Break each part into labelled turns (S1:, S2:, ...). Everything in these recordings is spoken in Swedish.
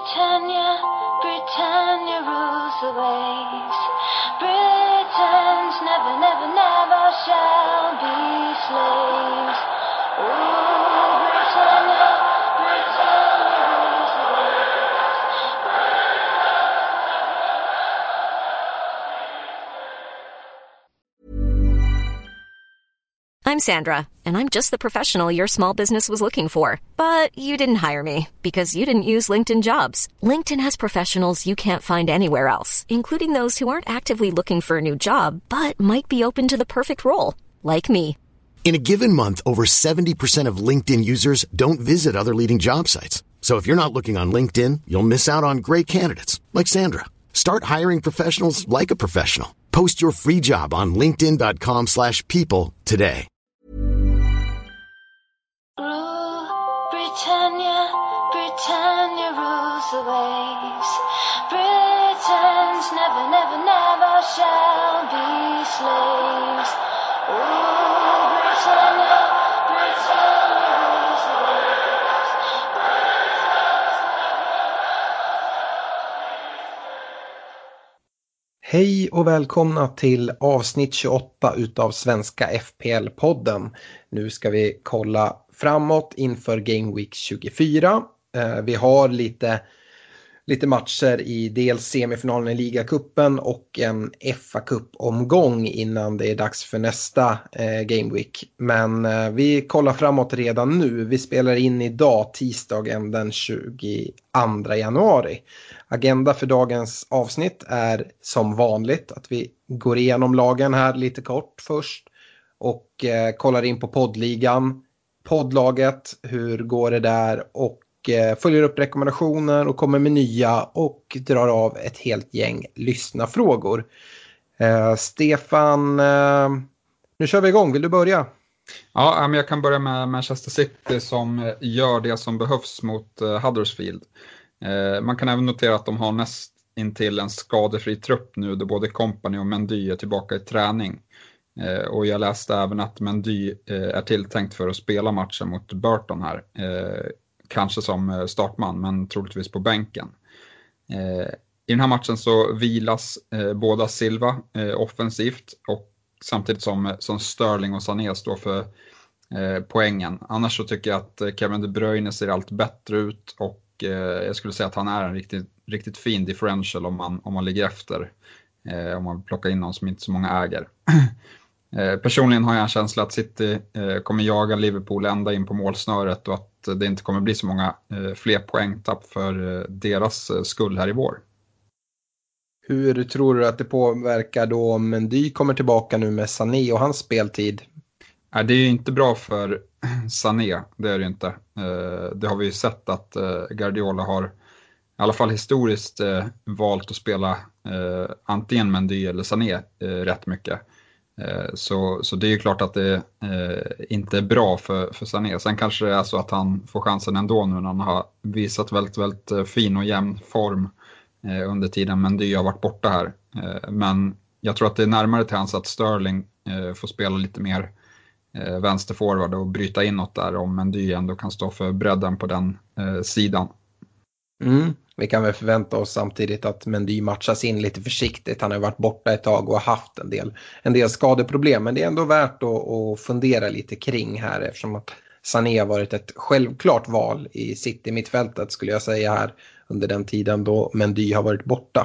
S1: Britannia, Britannia rules the waves. Britons never, never, never shall be slaves. Oh, Britannia, Britannia rules the
S2: I'm Sandra, and I'm just the professional your small business was looking for. But you didn't hire me because you didn't use LinkedIn Jobs. LinkedIn has professionals you can't find anywhere else, including those who aren't actively looking for a new job, but might be open to the perfect role, like me.
S3: In a given month, over 70% of LinkedIn users don't visit other leading job sites. So if you're not looking on LinkedIn, you'll miss out on great candidates, like Sandra. Start hiring professionals like a professional. Post your free job on linkedin.com/people today.
S1: Britannia, Britannia rules the waves. Britons never, never, never shall be slaves. Oh, Britannia, Britannia rules the waves.
S4: Hej och välkomna till avsnitt 28 utav Svenska FPL-podden. Nu ska vi kolla framåt inför Game Week 24. Vi har lite matcher i dels semifinalen i ligacupen och en FA-cup-omgång innan det är dags för nästa Game Week. Men vi kollar framåt redan nu. Vi spelar in idag, tisdagen den 22 januari. Agenda för dagens avsnitt är som vanligt att vi går igenom lagen här lite kort först och kollar in på poddligan, poddlaget, hur går det där och följer upp rekommendationer och kommer med nya och drar av ett helt gäng lyssnarfrågor. Stefan, nu kör vi igång. Vill du börja?
S5: Ja, men jag kan börja med Manchester City som gör det som behövs mot Huddersfield. Man kan även notera att de har näst intill en skadefri trupp nu då både Kompany och Mendy är tillbaka i träning. Och jag läste även att Mendy är tilltänkt för att spela matchen mot Burton här. Kanske som startman men troligtvis på bänken. I den här matchen så vilas båda Silva offensivt och samtidigt som Sterling och Sané står för poängen. Annars så tycker jag att Kevin De Bruyne ser allt bättre ut och jag skulle säga att han är en riktigt fin differential om man ligger efter. Om man plockar in någon som inte så många äger. Personligen har jag en känsla att City kommer jaga Liverpool ända in på målsnöret och att det inte kommer bli så många fler poängtapp för deras skull här i vår.
S4: Hur tror du att det påverkar då om Mendy kommer tillbaka nu med Sané och hans speltid?
S5: Det är ju inte bra för Sané, det är det inte. Det har vi ju sett att Guardiola har i alla fall historiskt valt att spela antingen Mendy eller Sané rätt mycket. Så det är ju klart att det inte är bra för Sané. Sen kanske det är så att han får chansen ändå nu när han har visat väldigt, väldigt fin och jämn form under tiden Mendy har varit borta här. Men jag tror att det är närmare till hans att Sterling får spela lite mer vänsterforward och bryta inåt där om Mendy ändå kan stå för bredden på den sidan.
S4: Vi kan väl förvänta oss samtidigt att Mendy matchas in lite försiktigt. Han har varit borta ett tag och har haft en del skadeproblem. Men det är ändå värt att fundera lite kring här eftersom att Sané har varit ett självklart val i City-mittfältet skulle jag säga här under den tiden då Mendy har varit borta.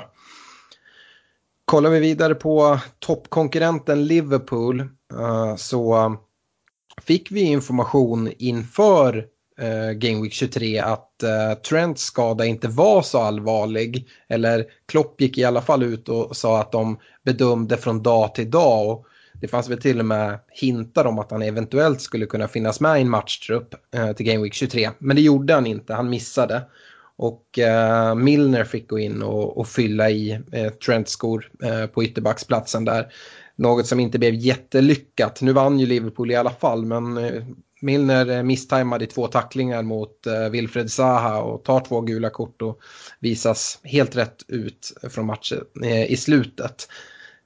S4: Kollar vi vidare på toppkonkurrenten Liverpool så fick vi information inför Game Week 23 att Trents skada inte var så allvarlig. Eller Klopp gick i alla fall ut och sa att de bedömde från dag till dag. Och det fanns väl till och med hintar om att han eventuellt skulle kunna finnas med i en matchtrupp till Game Week 23. Men det gjorde han inte, han missade. Och Milner fick gå in och fylla i Trents skor på ytterbacksplatsen där. Något som inte blev jättelyckat. Nu vann ju Liverpool i alla fall men Milner misstajmade i 2 tacklingar mot Wilfred Zaha och tar 2 gula kort och visas helt rätt ut från matchen i slutet.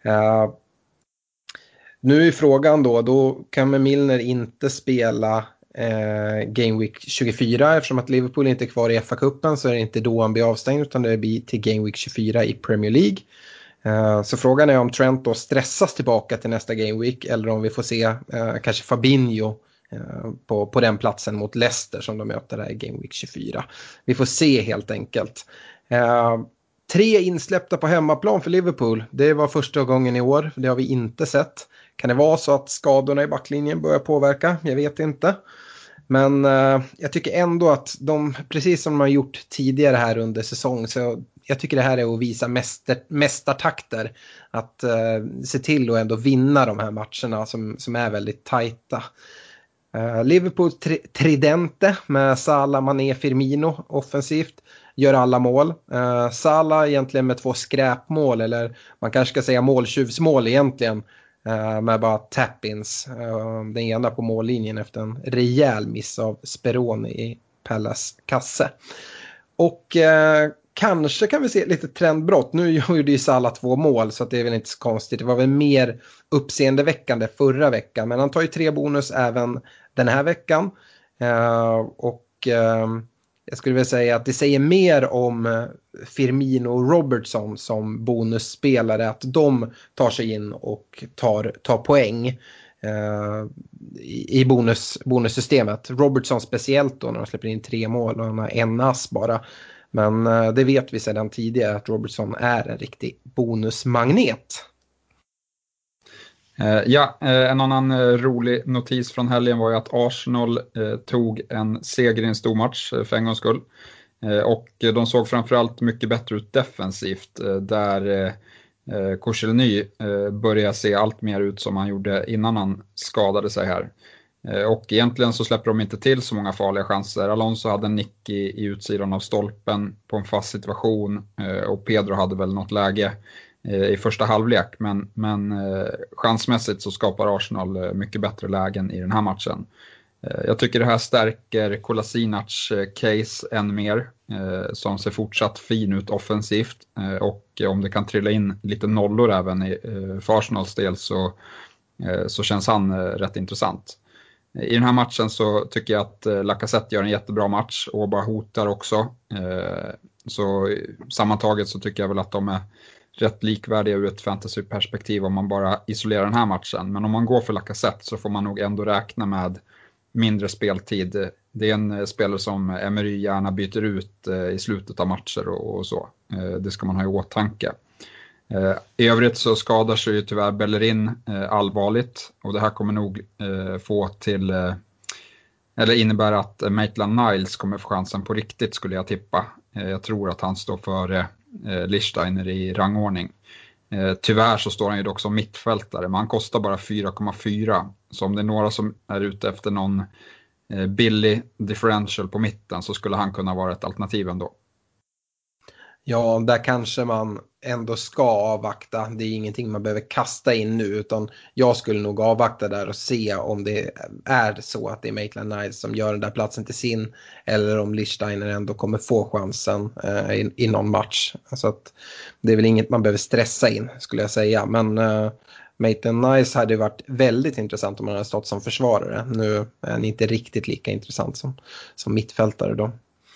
S4: Nu är frågan då kan Milner inte spela Game Week 24. Eftersom att Liverpool inte är kvar i FA-cupen så är det inte då han blir avstängd, utan det blir till Game Week 24 i Premier League. Så frågan är om Trent då stressas tillbaka till nästa Game Week, eller om vi får se kanske Fabinho på den platsen mot Leicester som de möter där i Game Week 24. Vi får se helt enkelt. 3 insläppta på hemmaplan för Liverpool. Det var första gången i år. Det har vi inte sett. Kan det vara så att skadorna i backlinjen börjar påverka? Jag vet inte. Men jag tycker ändå att de, precis som de har gjort tidigare här under säsong, så jag tycker det här är att visa mästartakter. Att se till att ändå vinna de här matcherna som är väldigt tajta. Liverpool tridente med Salah, Mané, Firmino offensivt gör alla mål. Salah egentligen med 2 skräpmål, eller man kanske ska säga måltjuvsmål egentligen, med bara tap-ins. Den ena på mållinjen efter en rejäl miss av Speroni i Pallas kasse. Och kanske kan vi se lite trendbrott. Nu gjorde ju Salah 2 mål, så att det är väl inte så konstigt. Det var väl mer uppseendeväckande förra veckan, men han tar ju 3 bonus även den här veckan. Jag skulle vilja säga att det säger mer om Firmino och Robertson som bonusspelare, att de tar sig in och tar poäng i bonussystemet. Robertson speciellt då när de släpper in 3 mål och han har 1 ass bara. Men det vet vi sedan tidigare att Robertson är en riktig bonusmagnet.
S5: En annan rolig notis från helgen var ju att Arsenal tog en seger i en stor match för en gångs skull. Och de såg framförallt mycket bättre ut defensivt, där Koscielny börjar se allt mer ut som han gjorde innan han skadade sig här. Och egentligen så släpper de inte till så många farliga chanser. Alonso hade en nick i utsidan av stolpen på en fast situation, och Pedro hade väl något läge i första halvlek, men chansmässigt så skapar Arsenal mycket bättre lägen i den här matchen. Jag tycker det här stärker Kolasinac case än mer, som ser fortsatt fin ut offensivt, och om det kan trilla in lite nollor även för Arsenals del så känns han rätt intressant. I den här matchen så tycker jag att Lacazette gör en jättebra match och bara hotar också. Så sammantaget så tycker jag väl att de är rätt likvärdiga ur ett fantasyperspektiv om man bara isolerar den här matchen. Men om man går för Lacazette så får man nog ändå räkna med mindre speltid. Det är en spelare som Emery gärna byter ut i slutet av matcher och så. Det ska man ha i åtanke. I övrigt så skadar sig ju tyvärr Bellerin allvarligt, och det här kommer nog eller innebär att Maitland-Niles kommer få chansen på riktigt, skulle jag tippa. Jag tror att han står före Lichtsteiner i rangordning. Tyvärr så står han ju dock som mittfältare, men han kostar bara 4,4. Så om det är några som är ute efter någon billig differential på mitten så skulle han kunna vara ett alternativ ändå.
S4: Ja, där kanske man ändå ska avvakta. Det är ingenting man behöver kasta in nu, utan jag skulle nog avvakta där och se om det är så att det är Maitland-Niles som gör den där platsen till sin, eller om Lichtsteiner ändå kommer få chansen i någon match. Så att det är väl inget man behöver stressa in, skulle jag säga. Men Maitland-Niles hade varit väldigt intressant om han hade stått som försvarare. Nu är han inte riktigt lika intressant som mittfältare då.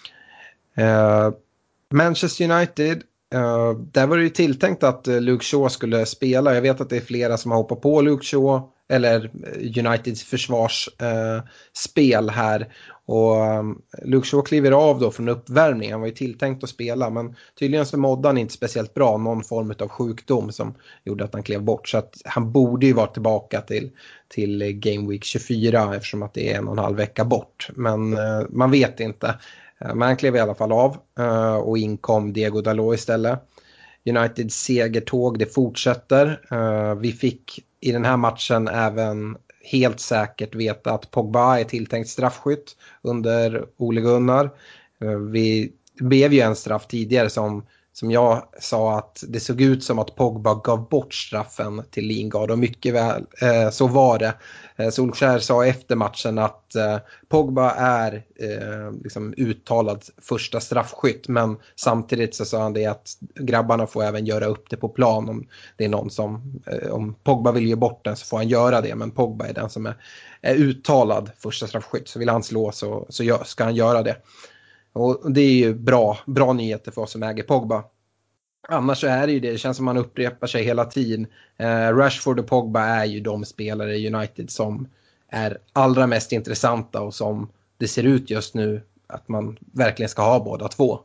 S4: Manchester United, där var det ju tilltänkt att Luke Shaw skulle spela. Jag vet att det är flera som har hoppat på Luke Shaw, eller Uniteds försvarsspel här. Och Luke Shaw kliver av då från uppvärmning. Han var ju tilltänkt att spela, men tydligen så mådde han inte speciellt bra. Någon form av sjukdom som gjorde att han klev bort. Så att han borde ju vara tillbaka till Game Week 24, eftersom att det är 1,5 vecka bort. Men man vet inte. Men han klev i alla fall av, och inkom Diego Dalot istället. Uniteds segertåg, det fortsätter. Vi fick i den här matchen även helt säkert veta att Pogba är tilltänkt straffskytt under Ole Gunnar. Vi blev ju en straff tidigare som som jag sa att det såg ut som att Pogba gav bort straffen till Lingard och mycket väl så var det. Solskjær sa efter matchen att Pogba är liksom uttalad första straffskytt, men samtidigt så sa han det att grabbarna får även göra upp det på plan om det är någon som, om Pogba vill ge bort den så får han göra det, men Pogba är den som är uttalad första straffskytt, så vill han slå så ska han göra det. Och det är ju bra nyheter för oss som äger Pogba. Annars så är det ju det känns som man upprepar sig hela tiden. Rashford och Pogba är ju de spelare i United som är allra mest intressanta och som det ser ut just nu att man verkligen ska ha båda två.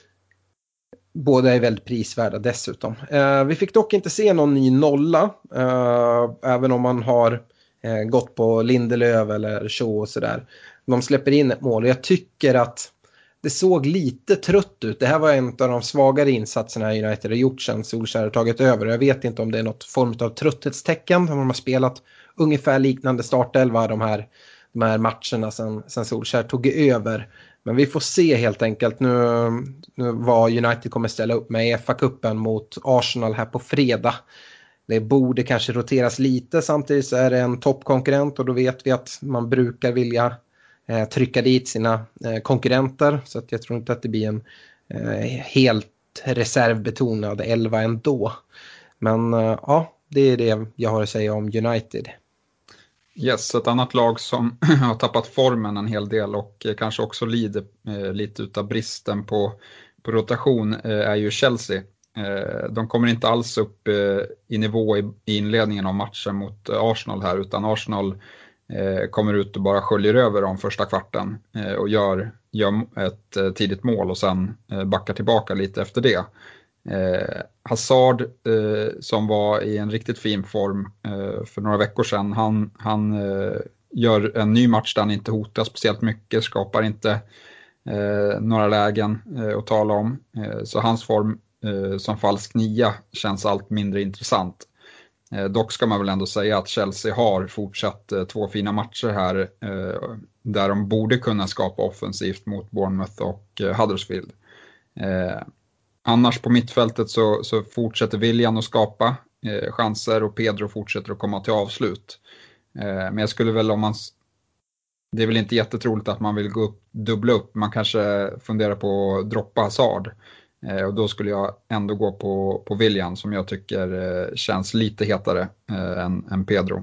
S4: Båda är väldigt prisvärda dessutom. Vi fick dock inte se någon ny nolla, även om man har gått på Lindelöf eller Shaw och sådär. De släpper in ett mål och jag tycker att det såg lite trött ut. Det här var en av de svagare insatserna United har gjort sedan Solskjær har tagit över. Jag vet inte om det är något form av trötthetstecken. De har spelat ungefär liknande startelva de här matcherna sedan Solskjær tog över. Men vi får se helt enkelt nu vad United kommer ställa upp med i FA-cupen mot Arsenal här på fredag. Det borde kanske roteras lite, samtidigt så är det en toppkonkurrent och då vet vi att man brukar vilja trycka dit sina konkurrenter, så att jag tror inte att det blir en helt reservbetonad 11 ändå. Men ja, det är det jag har att säga om United.
S5: Yes, ett annat lag som har tappat formen en hel del och kanske också lider lite utav bristen på rotation är ju Chelsea. De kommer inte alls upp i nivå i inledningen av matchen mot Arsenal här, utan Arsenal kommer ut och bara sköljer över dem första kvarten och gör ett tidigt mål och sen backar tillbaka lite efter det. Hazard som var i en riktigt fin form för några veckor sedan, han gör en ny match där han inte hotar speciellt mycket, skapar inte några lägen att tala om, så hans form som falsk nia känns allt mindre intressant. Dock ska man väl ändå säga att Chelsea har fortsatt 2 fina matcher här där de borde kunna skapa offensivt mot Bournemouth och Huddersfield. Annars på mittfältet så fortsätter Willian att skapa chanser och Pedro fortsätter att komma till avslut. Men jag skulle väl det är väl inte jättetroligt att man vill dubbla upp. Man kanske funderar på att droppa Hazard. Och då skulle jag ändå gå på Willian som jag tycker känns lite hetare än Pedro.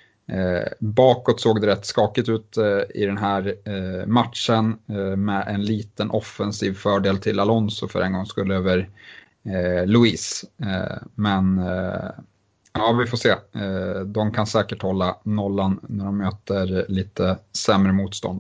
S5: Bakåt såg det rätt skakigt ut i den här matchen med en liten offensiv fördel till Alonso för en gång skulle över Luis. Men ja, vi får se. De kan säkert hålla nollan när de möter lite sämre motstånd.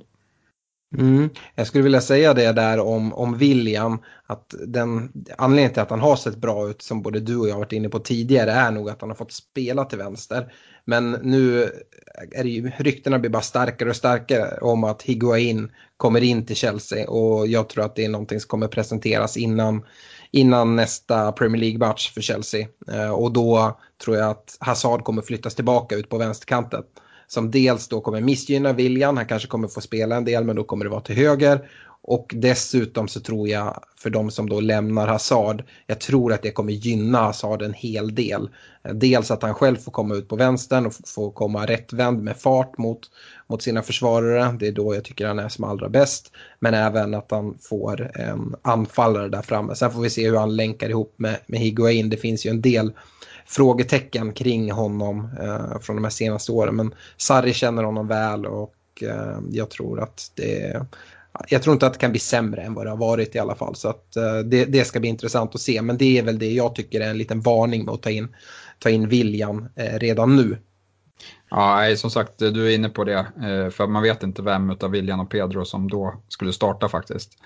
S4: Jag skulle vilja säga det där om William, att anledningen till att han har sett bra ut, som både du och jag har varit inne på tidigare, är nog att han har fått spela till vänster. Men nu är det ju, ryktena blir bara starkare och starkare om att Higuain kommer in till Chelsea, och jag tror att det är någonting som kommer presenteras innan nästa Premier League-match för Chelsea. Och då tror jag att Hazard kommer flyttas tillbaka ut på vänsterkanten, som dels då kommer missgynna Willian. Han kanske kommer få spela en del, men då kommer det vara till höger. Och dessutom så tror jag, för de som då lämnar Hazard, jag tror att det kommer gynna Hazard en hel del. Dels att han själv får komma ut på vänstern och får komma rättvänd med fart mot sina försvarare. Det är då jag tycker han är som allra bäst. Men även att han får en anfallare där framme. Sen får vi se hur han länkar ihop med Higuain. Det finns ju en del frågetecken kring honom från de här senaste åren. Men Sarri känner honom väl, och jag tror att jag tror inte att det kan bli sämre än vad det har varit i alla fall. Så att det ska bli intressant att se. Men det är väl det jag tycker är en liten varning med att ta in Willian redan nu.
S5: Ja, som sagt, du är inne på det. För man vet inte vem utav Willian och Pedro som då skulle starta faktiskt.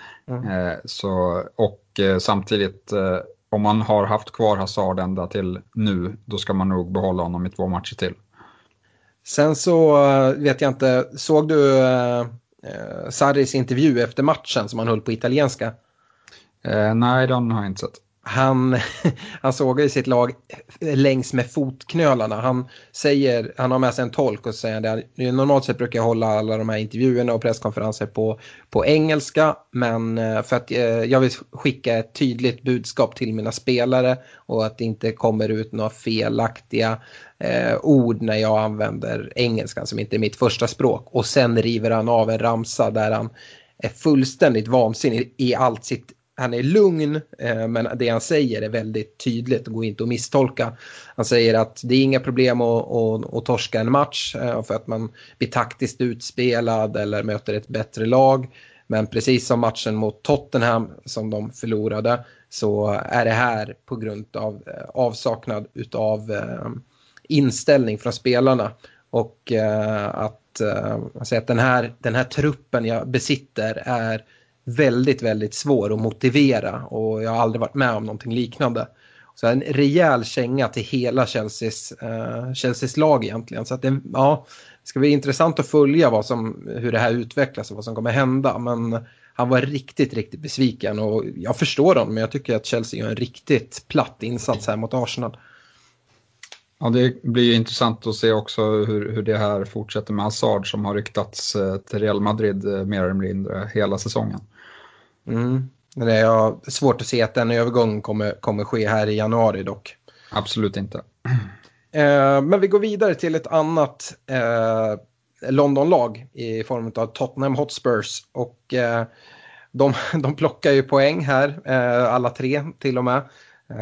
S5: Samtidigt, om man har haft kvar Hazard ända till nu, då ska man nog behålla honom i 2 matcher till.
S4: Sen så vet jag inte, såg du Sarris intervju efter matchen som han höll på italienska?
S5: Nej, den har jag inte sett.
S4: Han sågar ju sitt lag längs med fotknölarna. Han har med sig en tolk och säger det. Normalt sett brukar jag hålla alla de här intervjuerna och presskonferenser på engelska. Men för att jag vill skicka ett tydligt budskap till mina spelare och att det inte kommer ut några felaktiga ord när jag använder engelskan som inte är mitt första språk. Och sen river han av en ramsa där han är fullständigt vansinnig i allt sitt. Han är lugn, men det han säger är väldigt tydligt och går inte att misstolka. Han säger att det är inga problem att torska en match för att man blir taktiskt utspelad eller möter ett bättre lag. Men precis som matchen mot Tottenham som de förlorade så är det här på grund av avsaknad utav inställning från spelarna. Och att den här truppen jag besitter är väldigt, väldigt svår att motivera och jag har aldrig varit med om någonting liknande. Så en rejäl känga till hela Chelseas lag egentligen. Så att det ska bli intressant att följa hur det här utvecklas och vad som kommer hända. Men han var riktigt, riktigt besviken och jag förstår honom, men jag tycker att Chelsea gör en riktigt platt insats här mot Arsenal.
S5: Ja, det blir intressant att se också hur det här fortsätter med Hazard som har ryktats till Real Madrid mer eller mindre hela säsongen.
S4: Det är svårt att se att den övergången kommer ske här i januari dock.
S5: Absolut inte.
S4: Men vi går vidare till ett annat Londonlag i form av Tottenham Hotspurs. Och de plockar ju poäng här, alla tre till och med.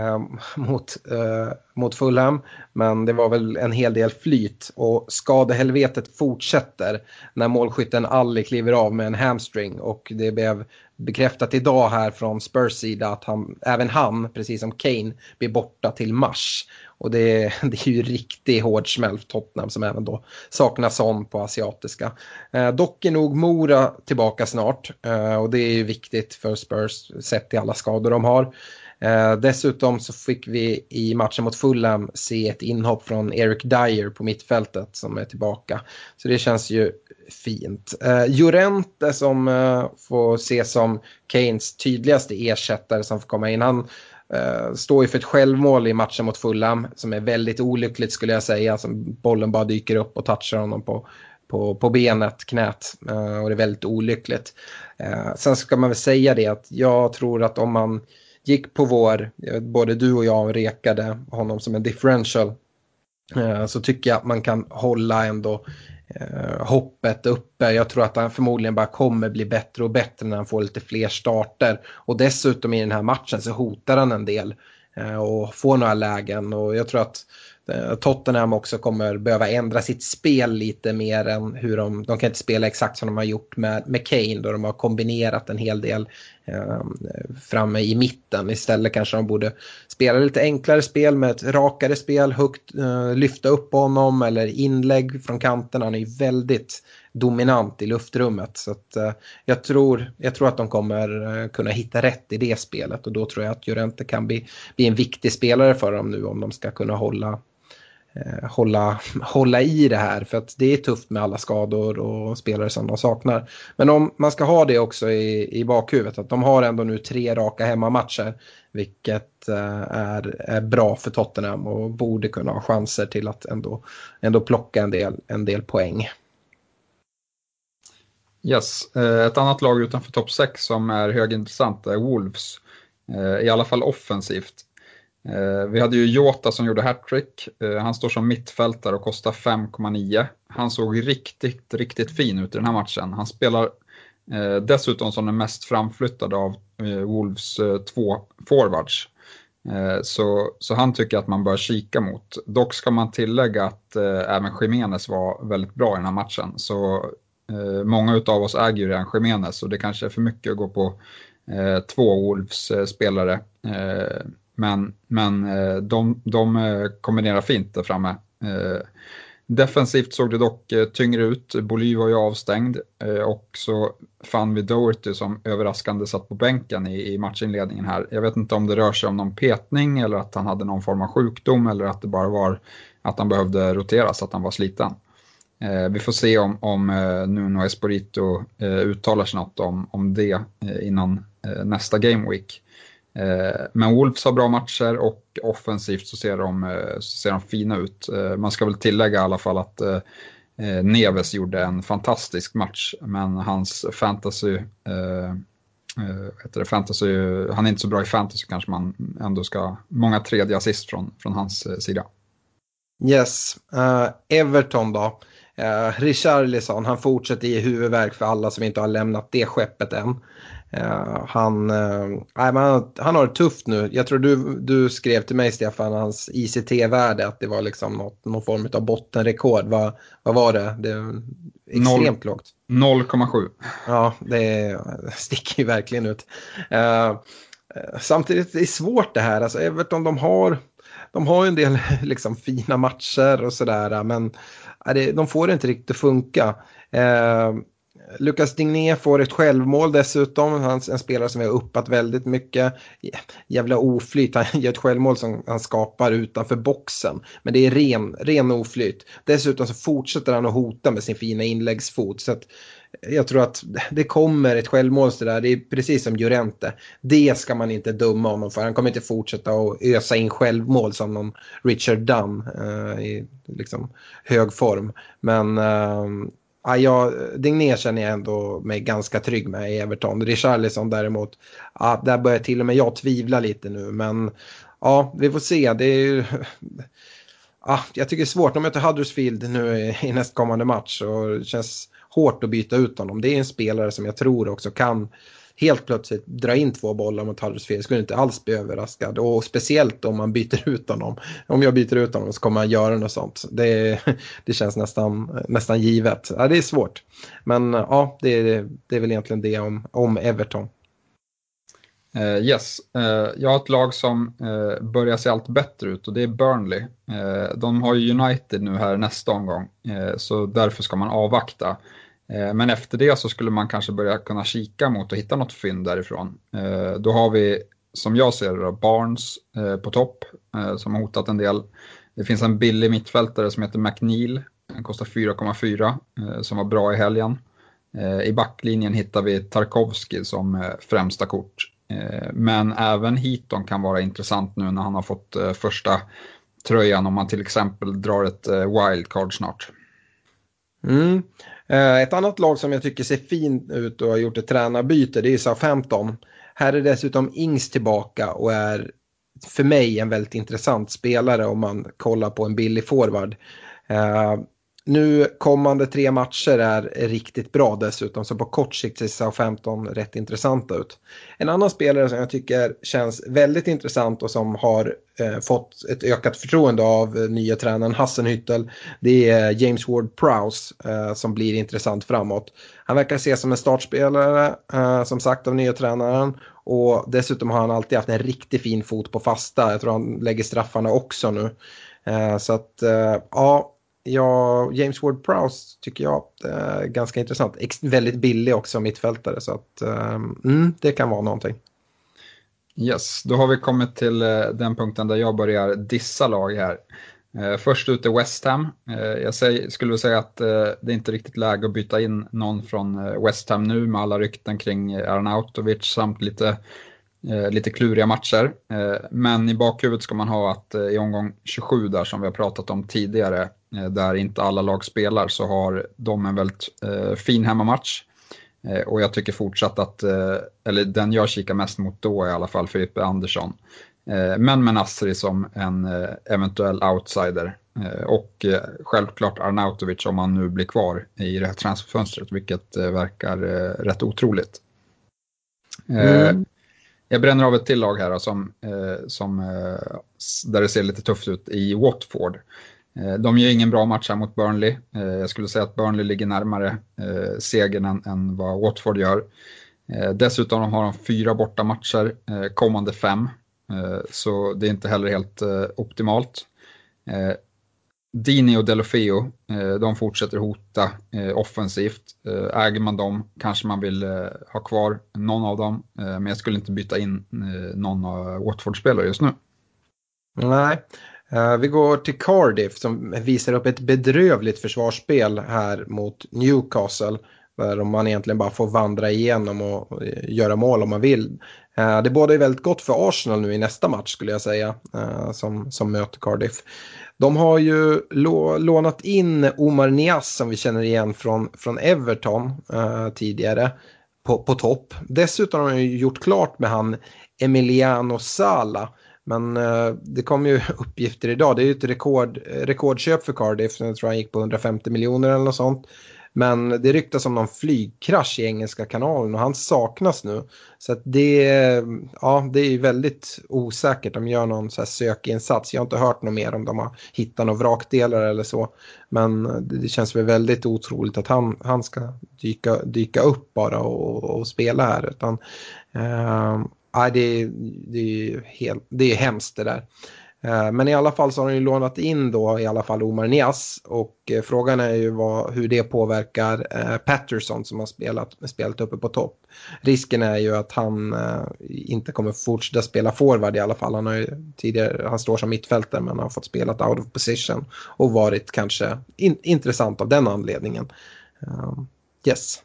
S4: Mot Fulham, men det var väl en hel del flyt och skadehelvetet fortsätter när målskytten Ali kliver av med en hamstring och det blev bekräftat idag här från Spurs sida att även han, precis som Kane, blir borta till mars. Och det är ju riktigt hård smäll för Tottenham som även då saknar sån på asiatiska. Dock är nog Mora tillbaka snart och det är ju viktigt för Spurs sett till alla skador de har. Dessutom så fick vi i matchen mot Fulham se ett inhopp från Eric Dyer på mittfältet som är tillbaka. Så det känns ju fint. Llorente som får ses som Kanes tydligaste ersättare som får komma in. Han står ju för ett självmål i matchen mot Fulham som är väldigt olyckligt skulle jag säga. Som bollen bara dyker upp och touchar honom på benet, knät. Och det är väldigt olyckligt. Sen ska man väl säga det att jag tror att om man gick på både du och jag rekade honom som en differential, så tycker jag att man kan hålla ändå hoppet uppe. Jag tror att han förmodligen bara kommer bli bättre och bättre när han får lite fler starter. Och dessutom i den här matchen så hotar han en del och får några lägen. Och jag tror att Tottenham också kommer behöva ändra sitt spel lite mer än hur de kan inte spela exakt som de har gjort med Kane då de har kombinerat en hel del framme i mitten. Istället kanske de borde spela lite enklare spel med ett rakare spel, högt lyfta upp honom eller inlägg från kanten. Han är ju väldigt dominant i luftrummet så att jag tror att de kommer kunna hitta rätt i det spelet och då tror jag att Llorente kan bli en viktig spelare för dem nu om de ska kunna hålla i det här för att det är tufft med alla skador och spelare som de saknar. Men om man ska ha det också i bakhuvudet att de har ändå nu 3 raka hemmamatcher vilket är bra för Tottenham och borde kunna ha chanser till att ändå plocka en del poäng.
S5: Yes, ett annat lag utanför topp 6 som är högintressant är Wolves, i alla fall offensivt. Vi hade ju Jota som gjorde hattrick. Han står som mittfältare och kostar 5,9. Han såg riktigt, riktigt fin ut i den här matchen. Han spelar dessutom som den mest framflyttade av Wolves 2 forwards. Så han tycker att man bör kika mot. Dock ska man tillägga att även Jimenez var väldigt bra i den här matchen. Så många av oss äger ju redan Jimenez och det kanske är för mycket att gå på 2 Wolves spelare. Men de kombinerar fint där framme. Defensivt såg det dock tyngre ut. Boly var ju avstängd och så fann vi Doherty som överraskande satt på bänken i matchinledningen här. Jag vet inte om det rör sig om någon petning eller att han hade någon form av sjukdom eller att det bara var att han behövde roteras, att han var sliten. Vi får se om Nuno Espirito uttalar sig något om det innan nästa Game Week. Men Wolves har bra matcher och offensivt så ser de fina ut. Man ska väl tillägga i alla fall att Neves gjorde en fantastisk match, men hans fantasy, han är inte så bra i fantasy, kanske man ändå ska många tredje assist från hans sida.
S4: Yes, Everton då. Richarlison, han fortsätter ge huvudvärk för alla som inte har lämnat det skeppet än. Han har det tufft nu. Jag tror du skrev till mig, Stefan, hans ICT-värde, att det var liksom någon form av bottenrekord. Vad var det? Det är extremt lågt.
S5: 0,7.
S4: Ja, det sticker ju verkligen ut. Samtidigt är det svårt det här. Alltså Everton, de har en del liksom fina matcher och sådär, men de får det inte riktigt att funka. Lucas Digne får ett självmål dessutom. Han är en spelare som har uppat väldigt mycket. Jävla oflyt. Han gör ett självmål som han skapar utanför boxen. Men det är ren oflyt. Dessutom så fortsätter han att hota med sin fina inläggsfot. Så att jag tror att det kommer ett självmål så där. Det är precis som Llorente. Det ska man inte döma honom för. Han kommer inte fortsätta att ösa in självmål som någon Richard Dunn i liksom hög form. Men Digne känner jag ändå mig ganska trygg med i Everton. Richarlison däremot, där börjar till och med jag tvivla lite nu. Men ja, vi får se. Det är ju... jag tycker det är svårt. De möter Huddersfield nu i nästkommande match, och det känns hårt att byta ut honom. Det är en spelare som jag tror också kan helt plötsligt dra in 2 bollar mot Huddersfield. Jag skulle inte alls bli överraskad. Och speciellt om man byter ut honom. Om jag byter ut honom så kommer han göra något sånt. Det känns nästan givet. Ja, det är svårt. Men ja, det är väl egentligen det om Everton.
S5: Yes, jag har ett lag som börjar se allt bättre ut, och det är Burnley. De har ju United nu här nästa omgång, så därför ska man avvakta. Men efter det så skulle man kanske börja kunna kika mot och hitta något fynd därifrån. Då har vi, som jag ser det, Barnes på topp som har hotat en del. Det finns en billig mittfältare som heter McNeil. Den kostar 4,4 som var bra i helgen. I backlinjen hittar vi Tarkovsky som främsta kort. Men även Heaton kan vara intressant nu när han har fått första tröjan, om man till exempel drar ett wildcard snart.
S4: Ett annat lag som jag tycker ser fint ut och har gjort ett tränarbyte, det är Southampton. Här är dessutom Ings tillbaka och är för mig en väldigt intressant spelare om man kollar på en billig forward. Nu kommande 3 matcher är riktigt bra dessutom, så på kort sikt ser Southampton rätt intressanta ut. En annan spelare som jag tycker känns väldigt intressant och som har fått ett ökat förtroende av nya tränaren Hasenhüttl, det är James Ward-Prowse som blir intressant framåt. Han verkar ses som en startspelare som sagt av nya tränaren, och dessutom har han alltid haft en riktigt fin fot på fasta. Jag tror han lägger straffarna också nu. Så att ja, James Ward-Prowse tycker jag är ganska intressant. Väldigt billig också mittfältare, så att det kan vara någonting.
S5: Yes, då har vi kommit till den punkten där jag börjar dissa lag här. Först ut är West Ham. Jag skulle säga att det är inte riktigt läge att byta in någon från West Ham nu med alla rykten kring Arnautovic samt lite kluriga matcher. Men i bakhuvudet ska man ha att i omgång 27 där, som vi har pratat om tidigare, där inte alla lag spelar, så har de en väldigt fin hemmamatch. Och jag tycker fortsatt att, eller den jag kikar mest mot då i alla fall, Filippe Andersson. Men med Nasri som en eventuell outsider. Och självklart Arnautovic om han nu blir kvar i det här transferfönstret, vilket verkar rätt otroligt. Jag bränner av ett till lag här som där det ser lite tufft ut i Watford. De gör ingen bra match här mot Burnley. Jag skulle säga att Burnley ligger närmare segern än vad Watford gör. Dessutom har de 4 borta matcher, kommande 5. Så det är inte heller helt optimalt. Dini och Delofeo, de fortsätter hota offensivt. Äger man dem kanske man vill ha kvar någon av dem. Men jag skulle inte byta in någon av Watford-spelare just nu.
S4: Nej. Vi går till Cardiff som visar upp ett bedrövligt försvarsspel här mot Newcastle. där man egentligen bara får vandra igenom och göra mål om man vill. Det båda är väldigt gott för Arsenal nu i nästa match skulle jag säga, som möter Cardiff. De har ju lånat in Omar Niasse som vi känner igen från Everton tidigare på topp. Dessutom har de ju gjort klart med han Emiliano Sala. Men det kom ju uppgifter idag. Det är ju ett rekordköp för Cardiff. Jag tror han gick på 150 miljoner eller något sånt. Men det ryktas om någon flygkrasch i engelska kanalen och han saknas nu. Så att det är väldigt osäkert. De gör någon så här sökinsats. Jag har inte hört något mer om de har hittat några vrakdelar eller så. Men det känns väl väldigt otroligt att han ska dyka upp bara och spela här. Utan det är hemskt det där. Men i alla fall så har de ju lånat in då i alla fall Omar Niasse och frågan är ju hur det påverkar Patterson som har spelat uppe på topp. Risken är ju att han inte kommer fortsätta spela forward i alla fall. Han har ju han står som mittfältare men har fått spelat out of position och varit kanske intressant av den anledningen. Yes.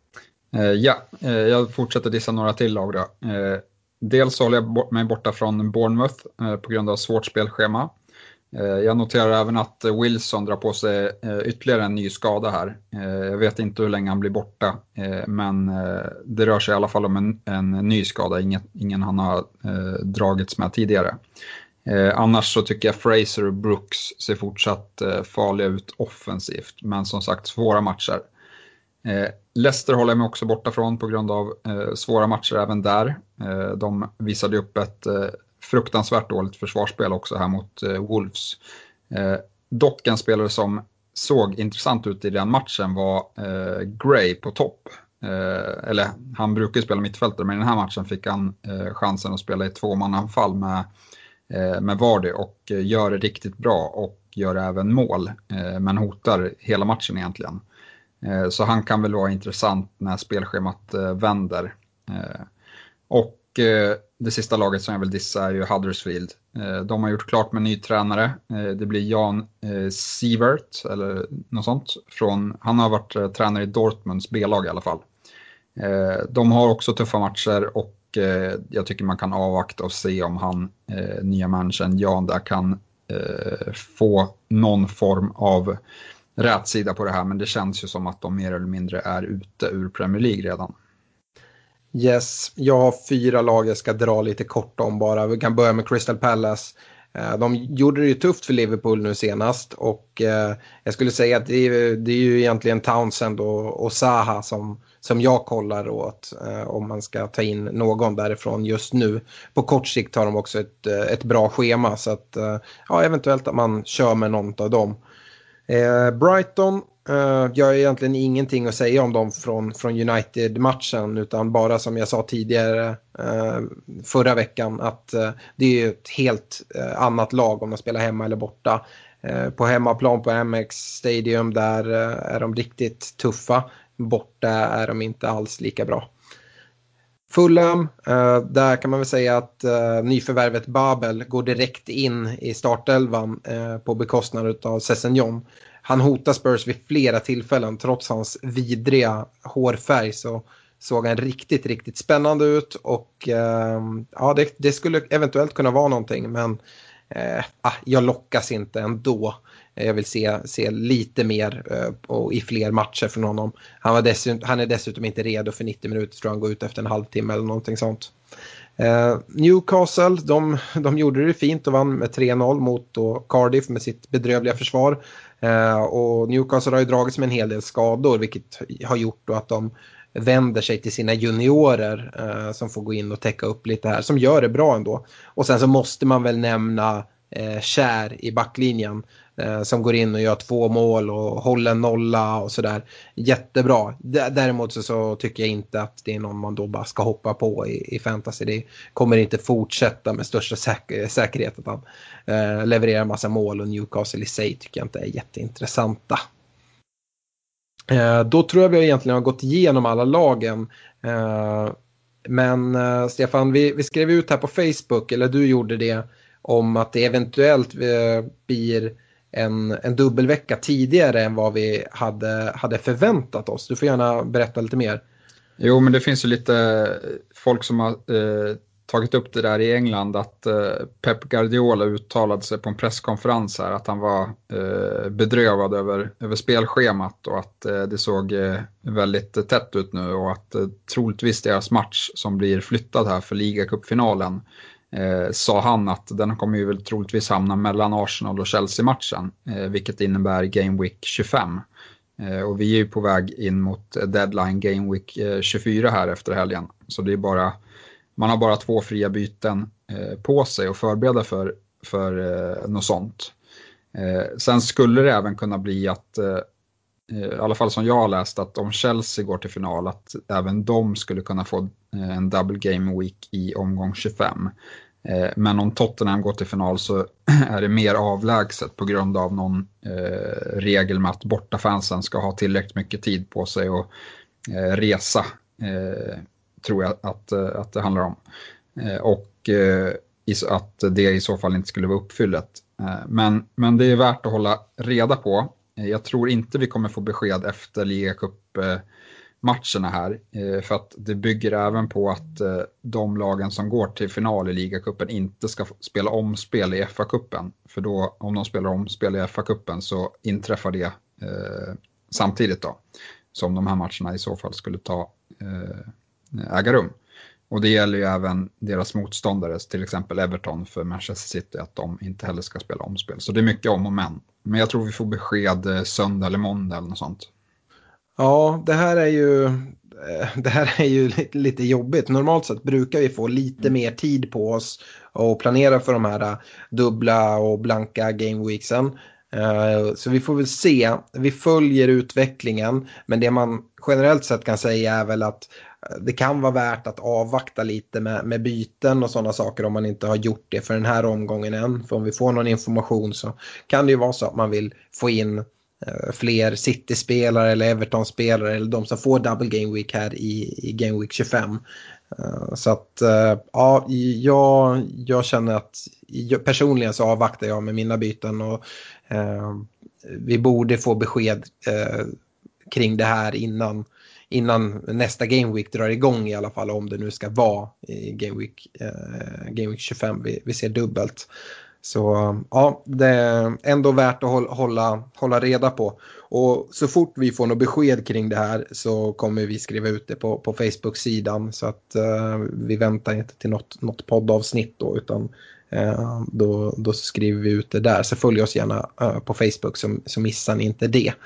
S5: Jag fortsätter dissa några till lag då. Dels håller jag mig borta från Bournemouth på grund av svårt spelschema. Jag noterar även att Wilson drar på sig ytterligare en ny skada här. Jag vet inte hur länge han blir borta, men det rör sig i alla fall om en ny skada. Ingen han har dragits med tidigare. Annars så tycker jag Fraser och Brooks ser fortsatt farliga ut offensivt, men som sagt svåra matcher. Leicester håller jag mig också borta från på grund av svåra matcher även där. De visade upp ett fruktansvärt dåligt försvarsspel också här mot Wolves. Dock en spelare som såg intressant ut i den matchen var Gray på topp. Eller han brukar spela mittfältare, men i den här matchen fick han chansen att spela i tvåmananfall med Vardy och gör det riktigt bra och gör även mål, men hotar hela matchen egentligen. Så han kan väl vara intressant när spelschemat vänder. Och det sista laget som jag vill dissa är ju Huddersfield. De har gjort klart med ny tränare. Det blir Jan Sievert eller något sånt. Han har varit tränare i Dortmunds B-lag i alla fall. De har också tuffa matcher och jag tycker man kan avvakta och se om nya managern Jan där kan få någon form av rätsida på det här, men det känns ju som att de mer eller mindre är ute ur Premier League redan.
S4: Yes, jag har 4 lag jag ska dra lite kort om bara. Vi kan börja med Crystal Palace. De gjorde det ju tufft för Liverpool nu senast och jag skulle säga att det är ju egentligen Townsend och Zaha som jag kollar åt om man ska ta in någon därifrån just nu. På kort sikt har de också ett bra schema så att eventuellt att man kör med någon av dem. Brighton, jag har egentligen ingenting att säga om dem från United-matchen utan bara som jag sa tidigare förra veckan att det är ett helt annat lag om de spelar hemma eller borta. På hemmaplan på Amex Stadium där är de riktigt tuffa, borta är de inte alls lika bra. Fulham, där kan man väl säga att nyförvärvet Babel går direkt in i startelvan på bekostnad av Sessegnon. Han hotar Spurs vid flera tillfällen trots hans vidriga hårfärg så såg han riktigt, riktigt spännande ut och det skulle eventuellt kunna vara någonting men jag lockas inte ändå. Jag vill se lite mer i fler matcher från honom. Han är dessutom inte redo för 90 minuter, tror han går ut efter en halvtimme eller någonting sånt. Newcastle, de gjorde det fint och vann med 3-0 mot Cardiff med sitt bedrövliga försvar. Och Newcastle har ju dragits med en hel del skador vilket har gjort då att de vänder sig till sina juniorer som får gå in och täcka upp lite här, som gör det bra ändå. Och sen så måste man väl nämna Kär i backlinjen som går in och gör 2 mål och håller en nolla och sådär. Jättebra. Däremot så tycker jag inte att det är någon man då bara ska hoppa på i fantasy. Det kommer inte fortsätta med största säkerhet att han levererar en massa mål och Newcastle i sig tycker jag inte är jätteintressanta. Då tror jag vi egentligen har gått igenom alla lagen. Men Stefan, vi skrev ut här på Facebook, eller du gjorde det, om att det eventuellt blir en dubbelvecka tidigare än vad vi hade förväntat oss. Du får gärna berätta lite mer.
S5: Jo, men det finns ju lite folk som har tagit upp det där i England, att Pep Guardiola uttalade sig på en presskonferens här att han var bedrövad över spelschemat och att det såg väldigt tätt ut nu, och att troligtvis deras match som blir flyttad här för ligacupfinalen, sa han att den kommer ju väl troligtvis hamna mellan Arsenal och Chelsea-matchen, vilket innebär Game Week 25. Och vi är ju på väg in mot deadline Game Week 24 här efter helgen, så det är man har bara 2 fria byten på sig och förbereda för något sånt. Sen skulle det även kunna bli att, i alla fall som jag har läst, att om Chelsea går till final, att även de skulle kunna få en double game week i omgång 25. Men om Tottenham går till final så är det mer avlägset på grund av någon regel med att bortafansen ska ha tillräckligt mycket tid på sig och resa, tror jag att det handlar om. Och att det i så fall inte skulle vara uppfyllt. Men det är värt att hålla reda på. Jag tror inte vi kommer få besked efter ligacup-matcherna här. För att det bygger även på att de lagen som går till final i ligacupen inte ska spela omspel i FA-cupen. För då, om de spelar omspel i FA-cupen, så inträffar det samtidigt då, som de här matcherna i så fall skulle äga rum. Och det gäller ju även deras motståndare, till exempel Everton för Manchester City, att de inte heller ska spela omspel. Så det är mycket om och men. Men jag tror vi får besked söndag eller måndag eller något sånt.
S4: Ja, det här är ju lite jobbigt. Normalt sett brukar vi få lite mer tid på oss och planera för de här dubbla och blanka gameweeksen. Så vi får väl se. Vi följer utvecklingen, men det man generellt sett kan säga är väl att det kan vara värt att avvakta lite med byten och sådana saker om man inte har gjort det för den här omgången än. För om vi får någon information så kan det ju vara så att man vill få in fler City-spelare eller Everton-spelare eller de som får double game week här i game week 25. Så att ja, jag känner att personligen så avvaktar jag med mina byten, och vi borde få besked kring det här innan nästa game week drar igång, i alla fall om det nu ska vara i game week 25 vi ser dubbelt. Så ja, det är ändå värt att hålla reda på. Och så fort vi får något besked kring det här så kommer vi skriva ut det på Facebook-sidan, så att vi väntar inte till något poddavsnitt då, utan då skriver vi ut det där. Så följ oss gärna på Facebook så missar ni inte det.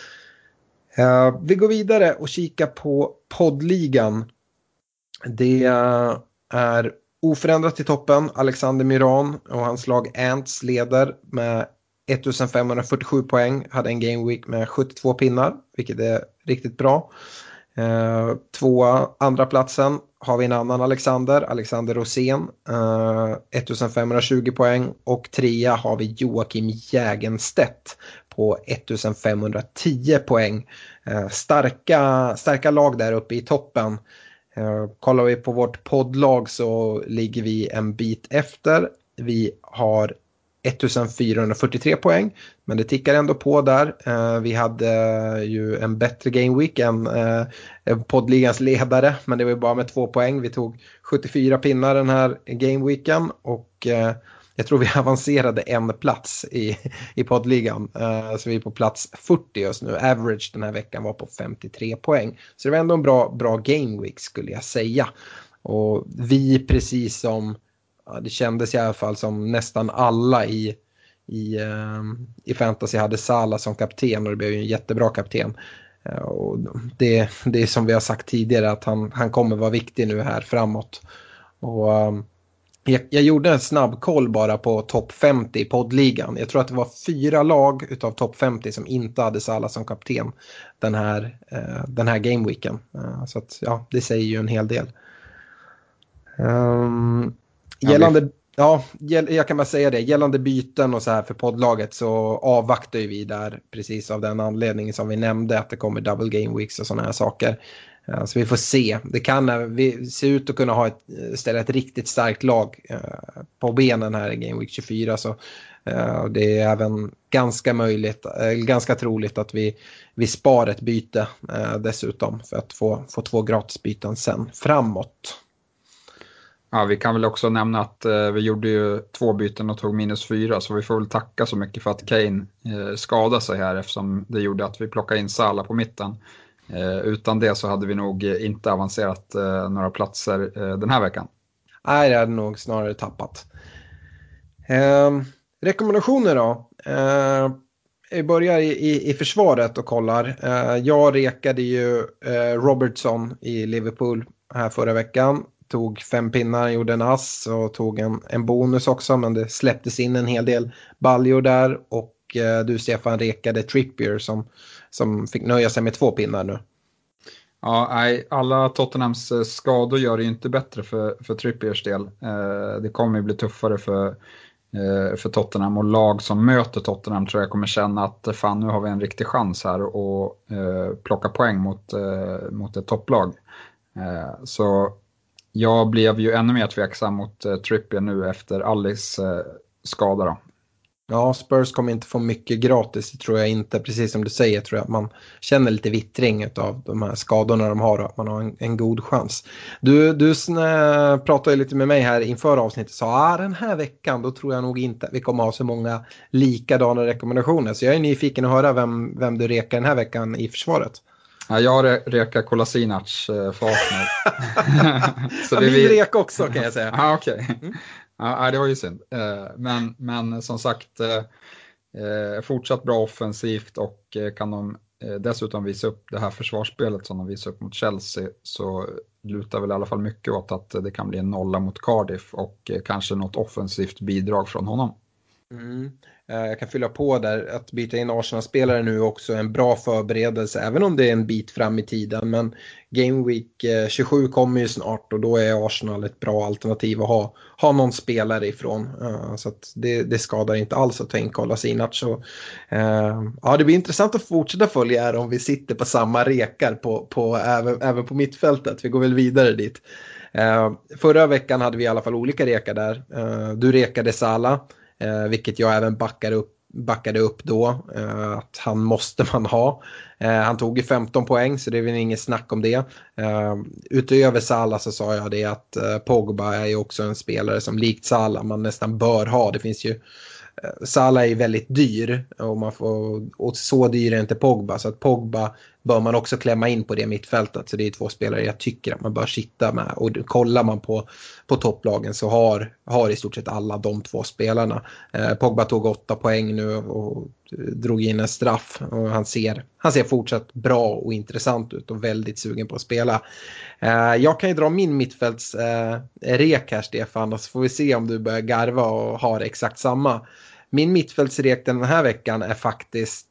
S4: Vi går vidare och kikar på poddligan. Det är oförändrat i toppen. Alexander Myran och hans lag Ants leder med 1547 poäng. Hade en game week med 72 pinnar, vilket är riktigt bra. Andra platsen har vi en annan Alexander Rosén, 1520 poäng. Och 3 har vi Joakim Jägenstedt på 1510 poäng. Starka lag där uppe i toppen. Kollar vi på vårt poddlag så ligger vi en bit efter. Vi har 1443 poäng, men det tickar ändå på där. Vi hade ju en bättre game week än poddligans ledare, men det var ju bara med 2 poäng. Vi tog 74 pinnar den här game weeken, och jag tror vi avancerade en plats i poddligan. Så vi är på plats 40 just nu. Average den här veckan var på 53 poäng. Så det var ändå en bra game week, skulle jag säga. Och vi, precis som det kändes i alla fall som nästan alla i fantasy hade Salah som kapten, och det blev ju en jättebra kapten. Och det är som vi har sagt tidigare, att han kommer vara viktig nu här framåt. Och jag gjorde en snabb koll bara på topp 50 i poddligan. Jag tror att det var 4 lag utav topp 50 som inte hade Salah som kapten den här gameweeken. Så att, ja, det säger ju en hel del. Jag kan bara säga det. Gällande byten och så här för poddlaget så avvaktar vi där precis av den anledningen som vi nämnde, att det kommer double game weeks och sådana här saker. Så vi får se. Vi ser ut att kunna ställa ett riktigt starkt lag på benen här i Game Week 24. Så det är även ganska troligt att vi spar ett byte dessutom för att få 2 gratisbyten sen framåt.
S5: Ja, vi kan väl också nämna att vi gjorde ju 2 byten och tog -4, så vi får väl tacka så mycket för att Kane skadade sig här, eftersom det gjorde att vi plockade in Salah på mitten. Utan det så hade vi nog inte avancerat några platser den här veckan.
S4: Nej, det hade nog snarare tappat. Rekommendationer då? Vi börjar i försvaret och kollar. Jag rekade ju Robertson i Liverpool här förra veckan. Tog 5 pinnar, gjorde en ass och tog en bonus också, men det släpptes in en hel del baljor där. Och du, Stefan, rekade Trippier som fick nöja sig med 2 pinnar nu.
S5: Ja, nej, alla Tottenhams skador gör det ju inte bättre för Trippiers del. Det kommer ju bli tuffare för Tottenham, och lag som möter Tottenham tror jag kommer känna att fan, nu har vi en riktig chans här och plocka poäng mot ett topplag. Så jag blev ju ännu mer tveksam mot Trippier nu efter Alice skada då.
S4: Ja, Spurs kommer inte få mycket gratis, det tror jag inte. Precis som du säger, tror jag att man känner lite vittring av de här skadorna de har och att man har en god chans. Du pratade ju lite med mig här inför avsnittet och sa den här veckan då tror jag nog inte vi kommer ha så många likadana rekommendationer. Så jag är nyfiken att höra vem du rekar den här veckan i försvaret.
S5: Ja, jag rekar Kolasinac för Arsenal.
S4: Så det vill reka också, kan jag säga.
S5: Ja, okej. Ja, det var ju synd. Men som sagt, fortsatt bra offensivt, och kan de dessutom visa upp det här försvarsspelet som de visar upp mot Chelsea, så lutar väl i alla fall mycket åt att det kan bli en 0 mot Cardiff och kanske något offensivt bidrag från honom.
S4: Jag kan fylla på där att byta in Arsenal-spelare nu också en bra förberedelse, även om det är en bit fram i tiden. Men Game Week 27 kommer ju snart och då är Arsenal ett bra alternativ att ha någon spelare ifrån. Så att det skadar inte alls att ta in Kolasinac. Så det blir intressant att fortsätta följa här om vi sitter på samma rekar även på mittfältet. Vi går väl vidare dit. Förra veckan hade vi i alla fall olika rekar där. Du rekade Salah. Vilket jag även backade upp då, att han måste man ha. Han tog ju 15 poäng, så det är väl inget snack om det. Utöver Salah så sa jag det att Pogba är ju också en spelare som likt Salah man nästan bör ha. Det finns ju Salah är väldigt dyr och så dyr är inte Pogba, så att Pogba bör man också klämma in på det mittfältet. Så det är 2 spelare jag tycker att man bör sitta med, och kollar man på topplagen så har i stort sett alla de 2 spelarna. Pogba tog 8 poäng nu och drog in en straff, och han ser fortsatt bra och intressant ut och väldigt sugen på att spela. Jag kan ju dra min mittfältsrek här, Stefan, och så får vi se om du börjar garva och har exakt samma. Min mittfältsrek den här veckan är faktiskt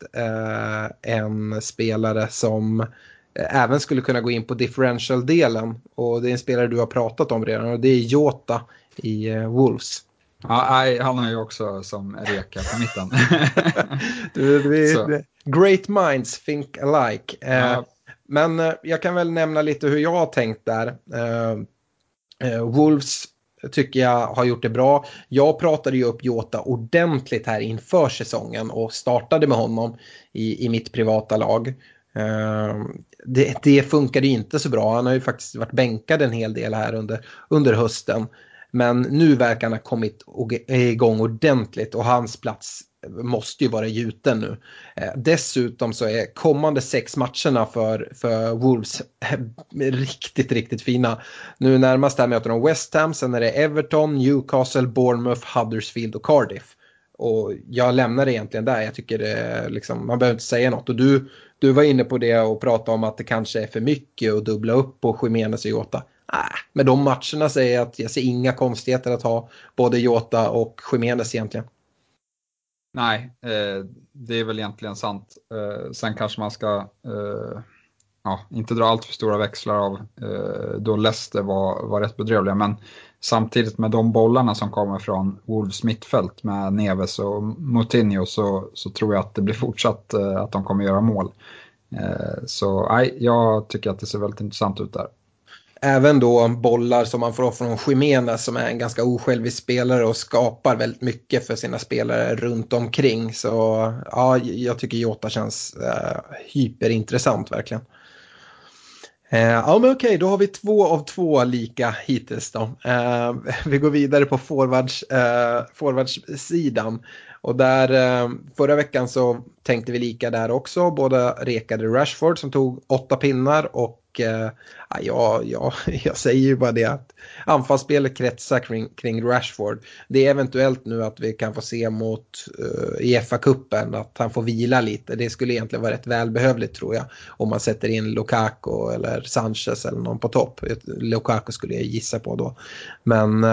S4: en spelare som även skulle kunna gå in på differential-delen, och det är en spelare du har pratat om redan, och det är Jota i Wolves.
S5: Ja, han har ju också som reka på mitten.
S4: Great minds think alike. Men jag kan väl nämna lite hur jag har tänkt där. Wolves tycker jag har gjort det bra. Jag pratade ju upp Jota ordentligt här inför säsongen och startade med honom i mitt privata lag. Det funkade ju inte så bra. Han har ju faktiskt varit bänkad en hel del här under hösten. Men nu verkar han ha kommit igång ordentligt, och hans plats måste ju vara gjuten nu. Dessutom så är kommande 6 matcherna för Wolves riktigt, riktigt fina. Nu närmast här möter de West Ham, sen är det Everton, Newcastle, Bournemouth, Huddersfield och Cardiff. Och jag lämnar det egentligen där. Jag tycker det liksom, man behöver inte säga något. Och du var inne på det och pratade om att det kanske är för mycket att dubbla upp på Jimenez och Jota. Med de matcherna säger jag att jag ser inga konstigheter att ha både Jota och Jimenez egentligen.
S5: Nej, det är väl egentligen sant. Sen kanske man ska inte dra allt för stora växlar av då Leicester var rätt bedrövliga. Men samtidigt med de bollarna som kommer från Wolves mittfält med Neves och Moutinho så tror jag att det blir fortsatt att de kommer göra mål. Så nej, jag tycker att det ser väldigt intressant ut där.
S4: Även då bollar som man får från Jiménez som är en ganska osjälvisk spelare och skapar väldigt mycket för sina spelare runt omkring. Så ja, jag tycker Jota känns hyperintressant verkligen. Ja men okej, då har vi 2 av 2 lika hittills då. Vi går vidare på forwardssidan. Och där förra veckan så tänkte vi lika där också. Båda rekade Rashford som tog 8 pinnar och jag säger ju bara det att anfallsspelet kretsar kring Rashford. Det är eventuellt nu att vi kan få se mot i FA-cupen att han får vila lite. Det skulle egentligen vara rätt välbehövligt tror jag. Om man sätter in Lukaku eller Sanchez eller någon på topp. Lukaku skulle jag gissa på då. Men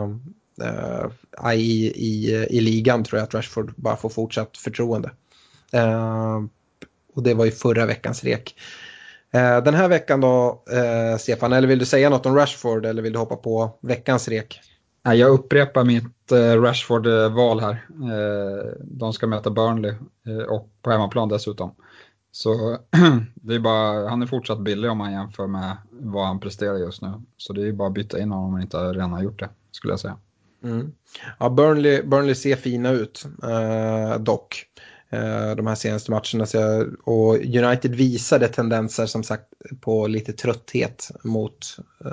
S4: i ligan tror jag att Rashford bara får fortsatt förtroende. Och det var ju förra veckans rek. Den här veckan då, Stefan, eller vill du säga något om Rashford eller vill du hoppa på veckans rek?
S5: Jag upprepar mitt Rashford-val här. De ska möta Burnley och på hemmaplan dessutom. Så det är bara, han är fortsatt billig om man jämför med vad han presterar just nu. Så det är bara att byta in honom om man inte redan har gjort det, skulle jag säga.
S4: Ja, Burnley ser fina ut dock. De här senaste matcherna och United visade tendenser som sagt på lite trötthet mot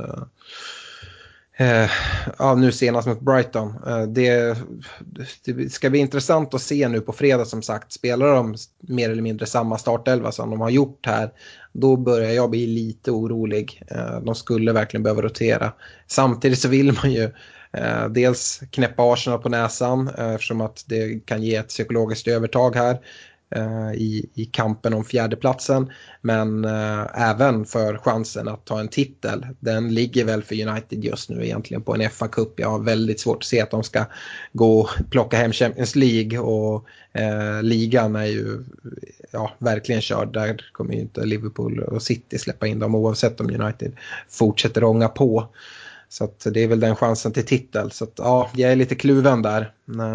S4: nu senast mot Brighton. Det ska bli intressant att se nu på fredag som sagt. Spelar de mer eller mindre samma startelva som de har gjort här, då börjar jag bli lite orolig. De skulle verkligen behöva rotera. Samtidigt så vill man ju dels knäppa Arsenal på näsan eftersom att det kan ge ett psykologiskt övertag här i kampen om fjärdeplatsen, men även för chansen att ta en titel. Den ligger väl för United just nu egentligen på en FA-cup. Jag har väldigt svårt att se att de ska gå och plocka hem Champions League och ligan är ju verkligen körd. Där kommer ju inte Liverpool och City släppa in dem oavsett om United fortsätter ånga på. Så att det är väl den chansen till titel. Så att jag är lite kluven där.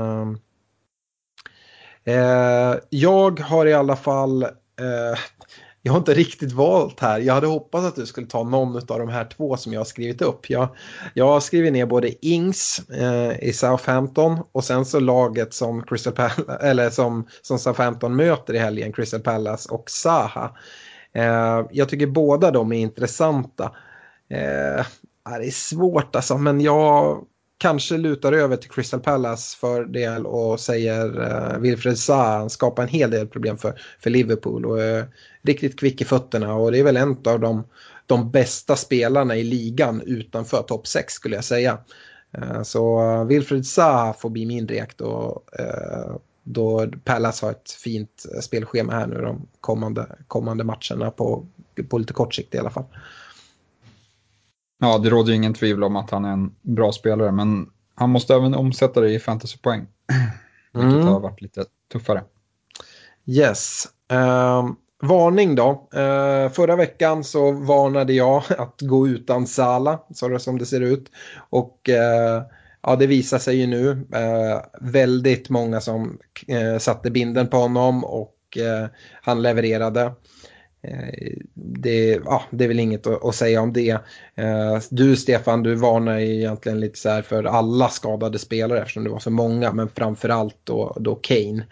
S4: Jag har i alla fall jag har inte riktigt valt här. Jag hade hoppats att du skulle ta någon av de här 2 som jag har skrivit upp. Jag har skrivit ner både Ings i Southampton och sen så laget som Crystal Palace, eller som Southampton möter i helgen, Crystal Palace och Zaha. Jag tycker båda de är intressanta. Det är svårt alltså, men jag kanske lutar över till Crystal Palace för del och säger Wilfred Zaha skapar en hel del problem för Liverpool och är riktigt kvick i fötterna och det är väl en av de bästa spelarna i ligan utanför topp 6 skulle jag säga. Så Wilfred Zaha får bli min rek då Palace har ett fint spelschema här nu de kommande matcherna på lite kort sikt i alla fall.
S5: Ja, det råder ju ingen tvivel om att han är en bra spelare, men han måste även omsätta det i fantasypoäng. Vilket har varit lite tuffare.
S4: Yes. Varning då. Förra veckan så varnade jag att gå utan Salah, så det som det ser ut. Och det visar sig ju nu. Väldigt många som satte binden på honom och han levererade. Det är väl inget att säga om det. Du Stefan, du varnar egentligen lite så här för alla skadade spelare eftersom det var så många, men framförallt då Kane.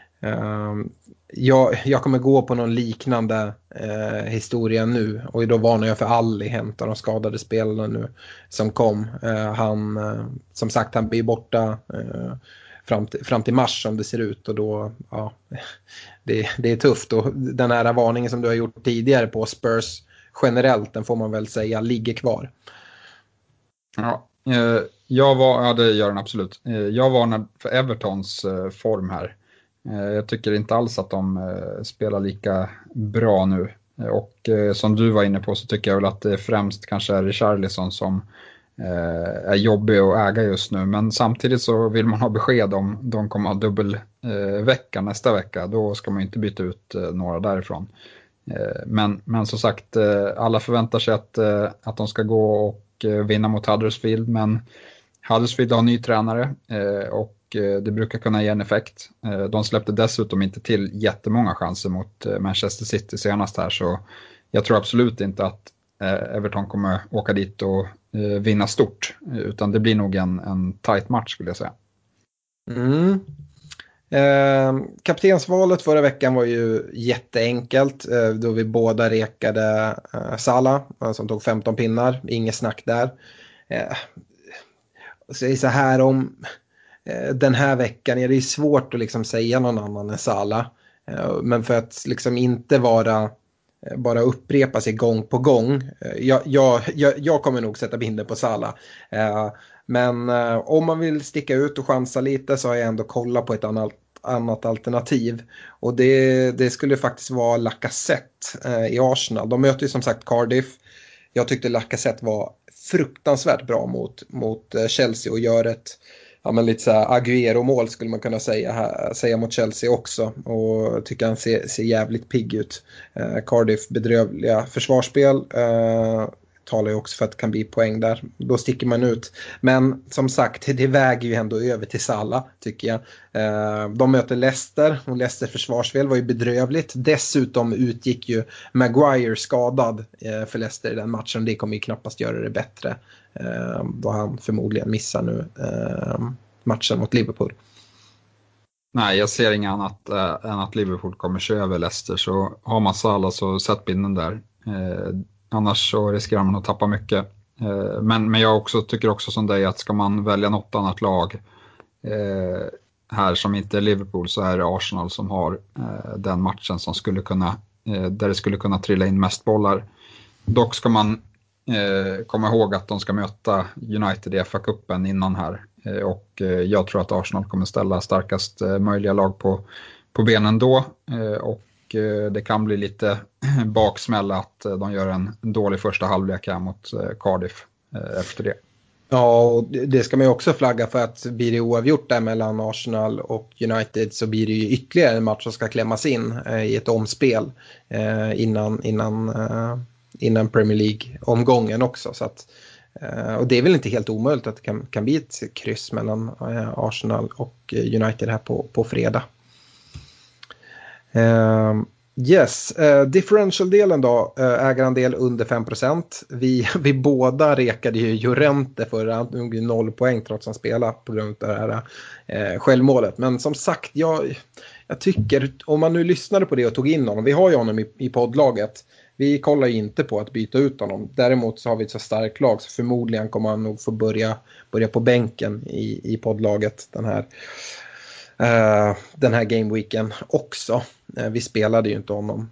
S4: Jag kommer gå på någon liknande historia nu och då varnar jag för Alli, hämta de skadade spelarna nu som kom. Han som sagt, han blir borta fram till mars som det ser ut och då det är tufft och den här varningen som du har gjort tidigare på Spurs generellt, den får man väl säga ligger kvar.
S5: Ja, det gör den absolut. Jag varnar för Evertons form här. Jag tycker inte alls att de spelar lika bra nu och som du var inne på så tycker jag väl att det främst kanske är Richarlison som är jobbig att äga just nu, men samtidigt så vill man ha besked om de kommer ha dubbelvecka nästa vecka, då ska man inte byta ut några därifrån. Men som sagt, alla förväntar sig att de ska gå och vinna mot Huddersfield, men Huddersfield har ny tränare och det brukar kunna ge en effekt. De släppte dessutom inte till jättemånga chanser mot Manchester City senast här, så jag tror absolut inte att Everton kommer åka dit och vinna stort, utan det blir nog en tight match skulle jag säga.
S4: Kaptensvalet förra veckan var ju jätteenkelt då vi båda rekade Salah som tog 15 pinnar, inget snack där. Så här om den här veckan är det svårt att liksom säga någon annan än Salah, men för att liksom inte bara upprepa sig gång på gång. Jag kommer nog sätta binder på Salah. Men om man vill sticka ut och chansa lite så har jag ändå kollat på ett annat alternativ. Och det skulle faktiskt vara Lacazette i Arsenal. De möter ju som sagt Cardiff. Jag tyckte Lacazette var fruktansvärt bra mot Chelsea och gör ett lite så här Agüero-mål skulle man kunna säga mot Chelsea också, och tycker han ser jävligt pigg ut. Cardiff bedrövliga försvarsspel talar ju också för att det kan bli poäng där. Då sticker man ut. Men som sagt, det väger ju ändå över till Salah tycker jag. De möter Leicester och Leicester försvarsspel var ju bedrövligt. Dessutom utgick ju Maguire skadad för Leicester i den matchen. Det kommer ju knappast göra det bättre. Då han förmodligen missar nu matchen mot Liverpool.
S5: Nej, jag ser inget annat än att Liverpool kommer köra över Leicester, så har man Salah så sätt binden där. Annars så riskerar man att tappa mycket. Men jag tycker också som dig att ska man välja något annat lag här som inte är Liverpool, så är det Arsenal som har den matchen som skulle kunna, där det skulle kunna trilla in mest bollar. Dock ska man komma ihåg att de ska möta United i FA-cupen innan här. Och jag tror att Arsenal kommer ställa starkast möjliga lag på benen då. Och det kan bli lite baksmälla att de gör en dålig första halvlek här mot Cardiff efter det.
S4: Ja, och det ska man ju också flagga för, att blir det oavgjort där mellan Arsenal och United så blir det ju ytterligare en match som ska klämmas in i ett omspel innan Premier League-omgången också. Så att, och det är väl inte helt omöjligt att det kan bli ett kryss mellan Arsenal och United här på fredag. Differential-delen då, ägarandel under 5%. Vi båda rekade ju Llorente för att 0 poäng trots att han spelar på grund av det här självmålet. Men som sagt, jag tycker, om man nu lyssnade på det och tog in honom, vi har ju honom i poddlaget. Vi kollar ju inte på att byta ut honom. Däremot så har vi ett så starkt lag så förmodligen kommer han nog få börja på bänken i poddlaget den här gameweeken också. Vi spelade ju inte honom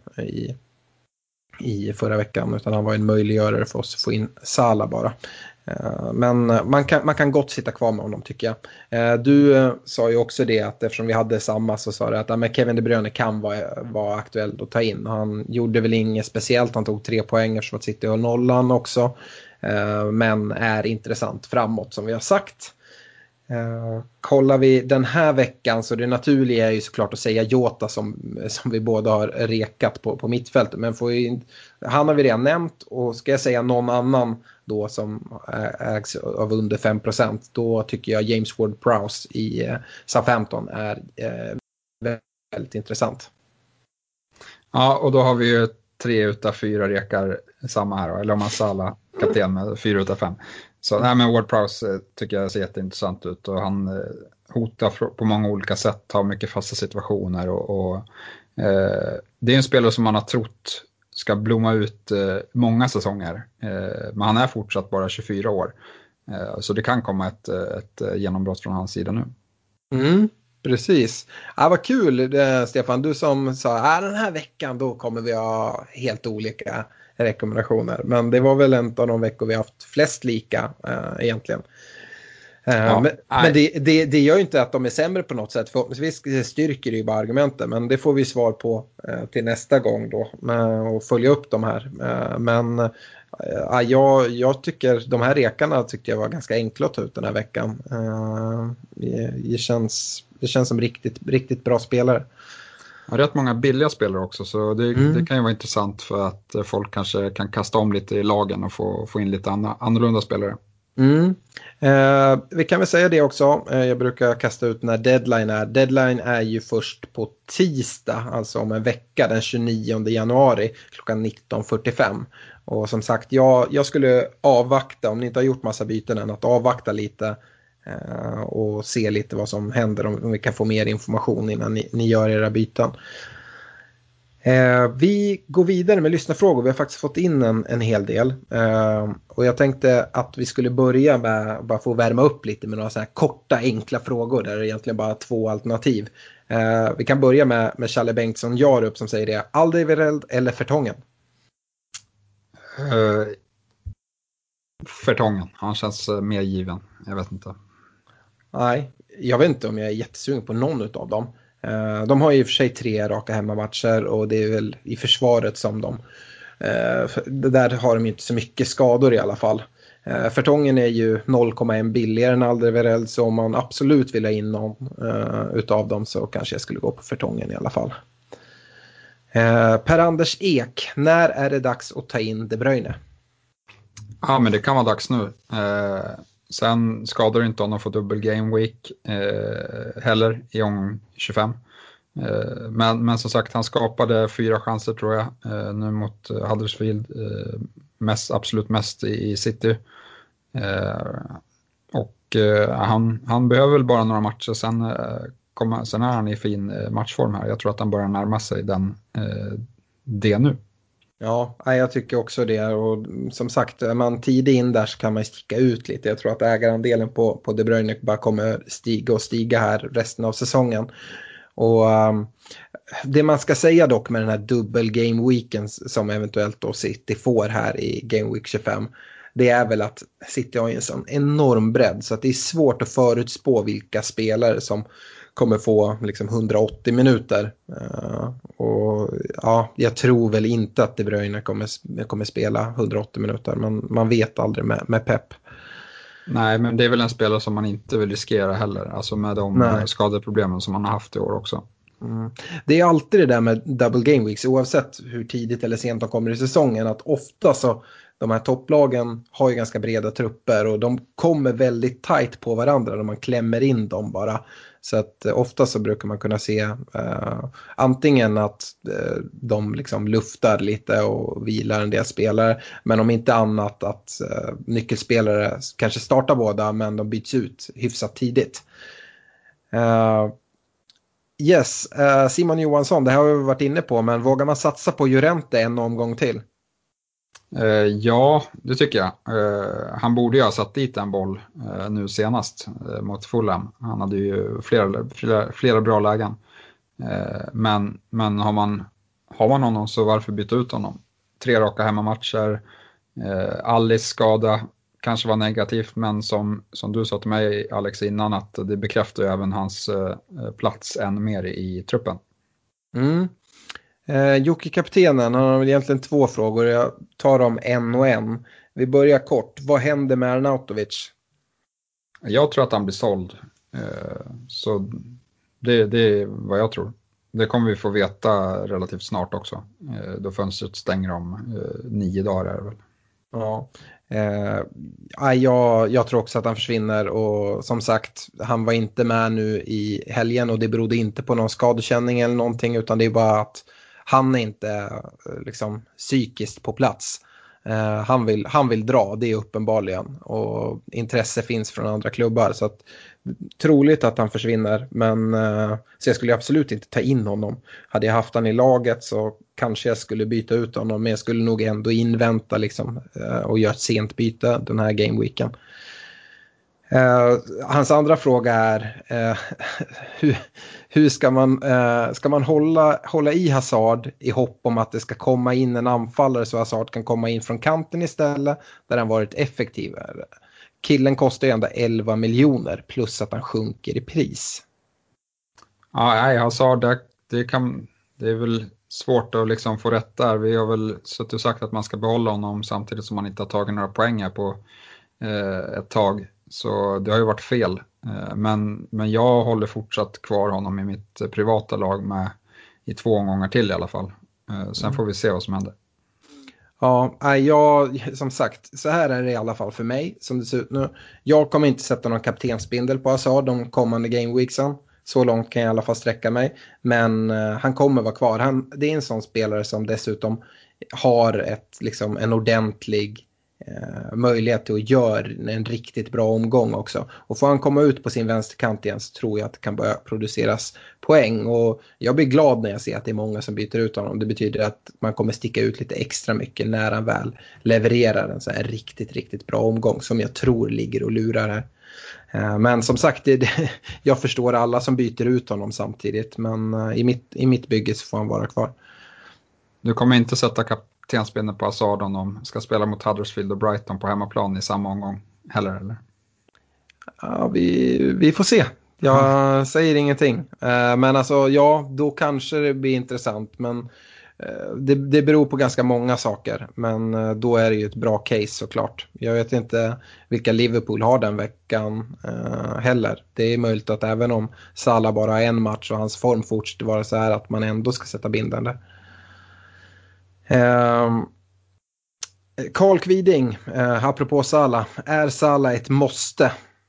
S4: i förra veckan, utan han var en möjliggörare för oss att få in Salah bara. Men man kan gott sitta kvar med honom tycker jag. Du sa ju också det att eftersom vi hade samma så sa du att Kevin De Bruyne kan vara aktuell att ta in. Han gjorde väl inget speciellt, han tog 3 poäng som att sitta och nollan också. Men är intressant framåt som vi har sagt. Kollar vi den här veckan så det naturliga är ju såklart att säga Jota som vi båda har rekat på mittfältet, men han har vi redan nämnt, och ska jag säga någon annan då som ägs av under 5%, då tycker jag James Ward-Prowse i Southampton är väldigt intressant.
S5: Ja, och då har vi ju 3 utav 4 rekar samma här, eller om man Salah kapten med 4 utav 5. Så nej, men Ward-Prowse tycker jag ser jätteintressant ut, och han hotar på många olika sätt, har mycket fasta situationer och det är en spelare som man har trott ska blomma ut många säsonger, men han är fortsatt bara 24 år, så det kan komma ett genombrott från hans sida nu.
S4: Precis. Vad kul Stefan, du som sa den här veckan då kommer vi ha helt olika rekommendationer, men det var väl en av de veckor vi har haft flest lika egentligen. Men det gör ju inte att de är sämre på något sätt. Förhoppningsvis styrker det ju bara argumenten, men det får vi svar på till nästa gång då och följa upp de här. Men jag tycker de här rekarna tyckte jag var ganska enkla att ta ut den här veckan. Det känns som riktigt bra spelare.
S5: Ja, rätt många billiga spelare också, så det kan ju vara intressant för att folk kanske kan kasta om lite i lagen och få in lite annorlunda spelare.
S4: Vi kan väl säga det också. Jag brukar kasta ut när deadline är. Deadline är ju först på tisdag, alltså om en vecka, den 29 januari klockan 19:45. Och som sagt, jag skulle avvakta, om ni inte har gjort massa byten än, att avvakta lite och se lite vad som händer, om vi kan få mer information innan ni gör era byten. Vi går vidare med lyssnarfrågor. Vi har faktiskt fått in en hel del. Och jag tänkte att vi skulle börja med bara få värma upp lite med några så här korta, enkla frågor där det är egentligen bara 2 alternativ. Vi kan börja med Challe Bengtsson Jarup som säger det. Alderweireld eller Vertongen?
S5: Vertongen. Han känns mer given. Jag vet inte.
S4: Nej, jag vet inte om jag är jättesugen på någon av dem. De har ju i och för sig 3 raka hemmamatcher och det är väl i försvaret som de där har de ju inte så mycket skador i alla fall. Vertongen är ju 0,1 billigare än Alderweireld, så om man absolut vill ha in någon utav dem så kanske jag skulle gå på Vertongen i alla fall. Per-Anders Ek, när är det dags att ta in De Bruyne?
S5: Ja, men det kan vara dags nu. Sen skadar det inte om de får dubbel game week heller i omgång 25. Men som sagt, han skapade 4 chanser tror jag nu mot Huddersfield. Absolut mest i City. Och han behöver väl bara några matcher, sen är han i fin matchform här. Jag tror att han börjar närma sig det nu.
S4: Ja, jag tycker också det, och som sagt, är man tidig in där så kan man sticka ut lite. Jag tror att ägarandelen på De Bruyne bara kommer stiga här resten av säsongen. Och det man ska säga dock med den här dubbel game weekend som eventuellt då City får här i Game Week 25, det är väl att City har en sån enorm bredd så att det är svårt att förutspå vilka spelare som kommer få liksom 180 minuter. Och ja, jag tror väl inte att De Bruyne kommer spela 180 minuter, men man vet aldrig med Pep.
S5: Nej, men det är väl en spelare som man inte vill riskera heller, alltså med de skadeproblemen som man har haft i år också.
S4: Det är alltid det där med double game weeks, oavsett hur tidigt eller sent de kommer i säsongen, att ofta så de här topplagen har ju ganska breda trupper och de kommer väldigt tight på varandra när man klämmer in dem bara. Så att ofta så brukar man kunna se antingen att de liksom luftar lite och vilar en del spelare, men om inte annat att nyckelspelare kanske startar båda men de byts ut hyfsat tidigt. Simon Johansson, det här har vi varit inne på, men vågar man satsa på Llorente en omgång till?
S5: Ja, det tycker jag. Han borde ju ha satt dit en boll nu senast mot Fulham. Han hade ju flera bra lägen. Men har man honom så varför byta ut honom? 3 raka hemmamatcher. Alice skada kanske var negativt, men som du sa till mig Alex innan, att det bekräftar ju även hans plats än mer i truppen.
S4: Jocke kaptenen, han har väl egentligen 2 frågor. Jag tar dem en och en. Vi börjar kort. Vad händer med Arnautovic?
S5: Jag tror att han blir såld. Så det är vad jag tror. Det kommer vi få veta relativt snart också. Då fönstret stänger om 9 dagar är det väl.
S4: Ja. Jag tror också att han försvinner, och som sagt, han var inte med nu i helgen och det berodde inte på någon skadekänning eller någonting, utan det är bara att han är inte liksom psykiskt på plats. Han vill dra, det är uppenbarligen, och intresse finns från andra klubbar, så att troligt att han försvinner, men så jag skulle absolut inte ta in honom. Hade jag haft han i laget så kanske jag skulle byta ut honom, men jag skulle nog ändå invänta liksom, och göra ett sent byte den här gameweeken. Hans andra fråga är hur ska man hålla i Hazard i hopp om att det ska komma in en anfallare så Hazard kan komma in från kanten istället, där han varit effektivare. Killen kostar ju ändå 11 miljoner plus att han sjunker i pris.
S5: Ja, nej, Hazard, det är väl svårt att liksom få rätt där. Vi har väl suttit och sagt att man ska behålla honom samtidigt som man inte har tagit några poäng här på ett tag. Så det har ju varit fel. Men jag håller fortsatt kvar honom i mitt privata lag i 2 omgångar till i alla fall. Sen får vi se vad som händer.
S4: Ja, jag, som sagt, så här är det i alla fall för mig som det ser ut nu. Jag kommer inte sätta någon kaptensbindel på Hazard de kommande gameweeksen. Så långt kan jag i alla fall sträcka mig. Men han kommer vara kvar. Det är en sån spelare som dessutom har en ordentlig möjlighet till att göra en riktigt bra omgång också. Och får han komma ut på sin vänsterkant igen så tror jag att det kan börja produceras poäng. Och jag blir glad när jag ser att det är många som byter ut honom. Det betyder att man kommer sticka ut lite extra mycket när han väl levererar en så här riktigt, riktigt bra omgång som jag tror ligger och lurar här. Men som sagt, jag förstår alla som byter ut honom samtidigt. Men i mitt bygge så får han vara kvar.
S5: Du kommer inte sätta kaptensbindeln på Hazard om de ska spela mot Huddersfield och Brighton på hemmaplan i samma omgång heller, eller?
S4: Ja, vi får se. Jag säger ingenting. Men alltså, ja, då kanske det blir intressant. Men det beror på ganska många saker. Men då är det ju ett bra case såklart. Jag vet inte vilka Liverpool har den veckan heller. Det är möjligt att även om Salah bara har en match och hans form fortsätter vara så här att man ändå ska sätta bindande. Carl Kviding, apropå Salah. Är Salah ett måste?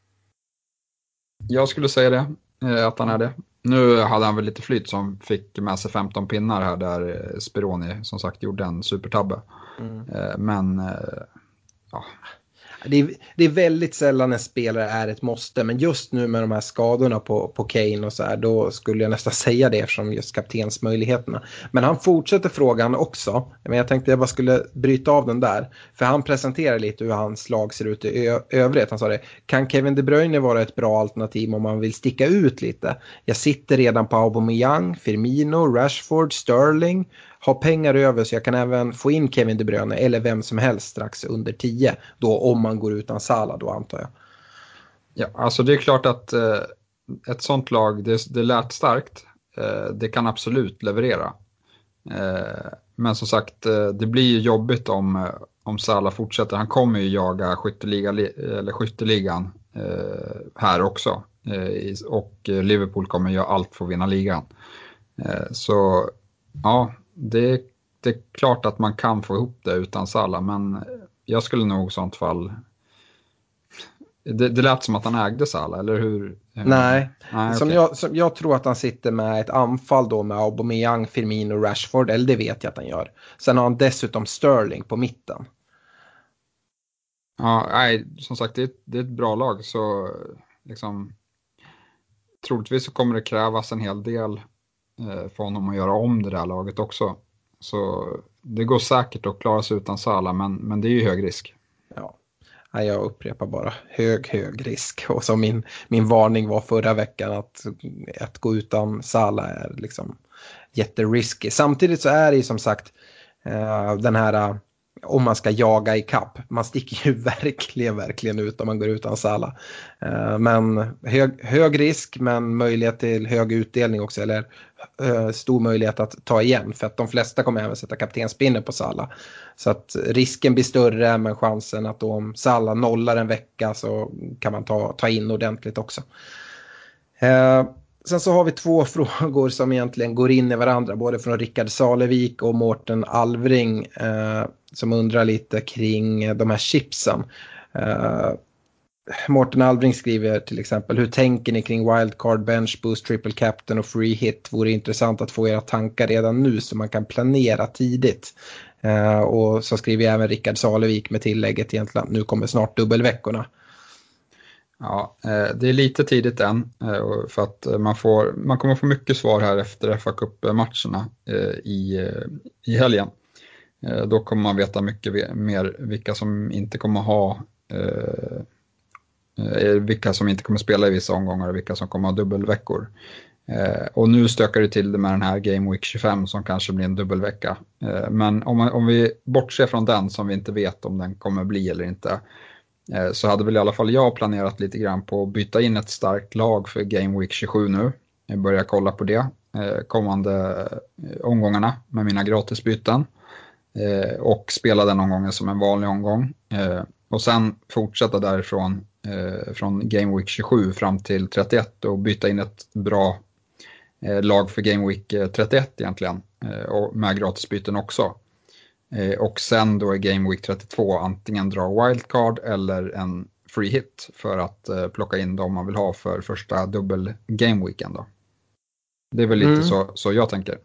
S5: Jag skulle säga det, att han är det. Nu hade han väl lite flyt som fick med sig 15 pinnar här där Speroni som sagt gjorde en supertabbe. Men ja.
S4: Det är väldigt sällan en spelare är ett måste, men just nu med de här skadorna på Kane och så här, då skulle jag nästan säga det eftersom just kaptensmöjligheterna. Men han fortsätter frågan också, men jag tänkte jag bara skulle bryta av den där, för han presenterar lite hur hans lag ser ut i övrigt. Han sa det, kan Kevin De Bruyne vara ett bra alternativ om man vill sticka ut lite? Jag sitter redan på Aubameyang, Firmino, Rashford, Sterling, har pengar över så jag kan även få in Kevin De Bruyne eller vem som helst strax under 10 då, om man går utan Salah då, antar jag.
S5: Ja, alltså det är klart att ett sånt lag, det lät starkt. Det kan absolut leverera. Men som sagt, det blir ju jobbigt om Salah fortsätter. Han kommer ju jaga skytteligan här också. Och Liverpool kommer göra allt för att vinna ligan. Så ja, det är klart att man kan få ihop det utan Salah, men jag skulle nog i sånt fall... Det lät som att han ägde Salah, eller hur?
S4: Nej,
S5: okay.
S4: Jag tror att han sitter med ett anfall då med Aubameyang, Firmino och Rashford, eller det vet jag att han gör. Sen har han dessutom Sterling på mitten.
S5: Ja, nej, som sagt, det är ett bra lag, så liksom troligtvis så kommer det krävas en hel del för honom att göra om det där laget också. Så det går säkert att klara sig utan Salah, men det är ju hög risk.
S4: Ja, jag upprepar bara hög risk. Och som min varning var förra veckan att gå utan Salah är liksom jätterisky. Samtidigt så är det ju som sagt den här, om man ska jaga i kapp. Man sticker ju verkligen ut om man går utan Salah. Men hög risk, men möjlighet till hög utdelning också. Eller stor möjlighet att ta igen. För att de flesta kommer även sätta kaptensbindeln på Salah. Så att risken blir större, men chansen att om Salah nollar en vecka så kan man ta in ordentligt också. Sen så har vi 2 frågor som egentligen går in i varandra. Både från Rickard Salevik och Mårten Alvring som undrar lite kring de här chipsen. Mårten Alvring skriver till exempel: hur tänker ni kring wildcard, bench boost, triple captain och free hit? Vore intressant att få era tankar redan nu så man kan planera tidigt. Och så skriver även Rickard Salevik med tillägget egentligen: nu kommer snart dubbelveckorna.
S5: Ja, det är lite tidigt än för att man kommer få mycket svar här efter FA Cup-matcherna i helgen. Då kommer man veta mycket mer vilka som inte kommer ha vilka som inte kommer spela i vissa omgångar och vilka som kommer ha dubbelveckor. Och nu stökar det till det med den här Game Week 25 som kanske blir en dubbelvecka. Men om vi bortser från den som vi inte vet om den kommer bli eller inte, så hade väl i alla fall jag planerat lite grann på att byta in ett starkt lag för Game Week 27 nu. Jag börjar kolla på det kommande omgångarna med mina gratisbyten och spela den omgången som en vanlig omgång. Och sen fortsätta därifrån från Game Week 27 fram till 31 och byta in ett bra lag för Game Week 31 egentligen och med gratisbyten också. Och sen då i Game Week 32 antingen dra wildcard eller en free hit för att plocka in dem man vill ha för första dubbel Game Weekend då. Det är väl lite så jag tänker.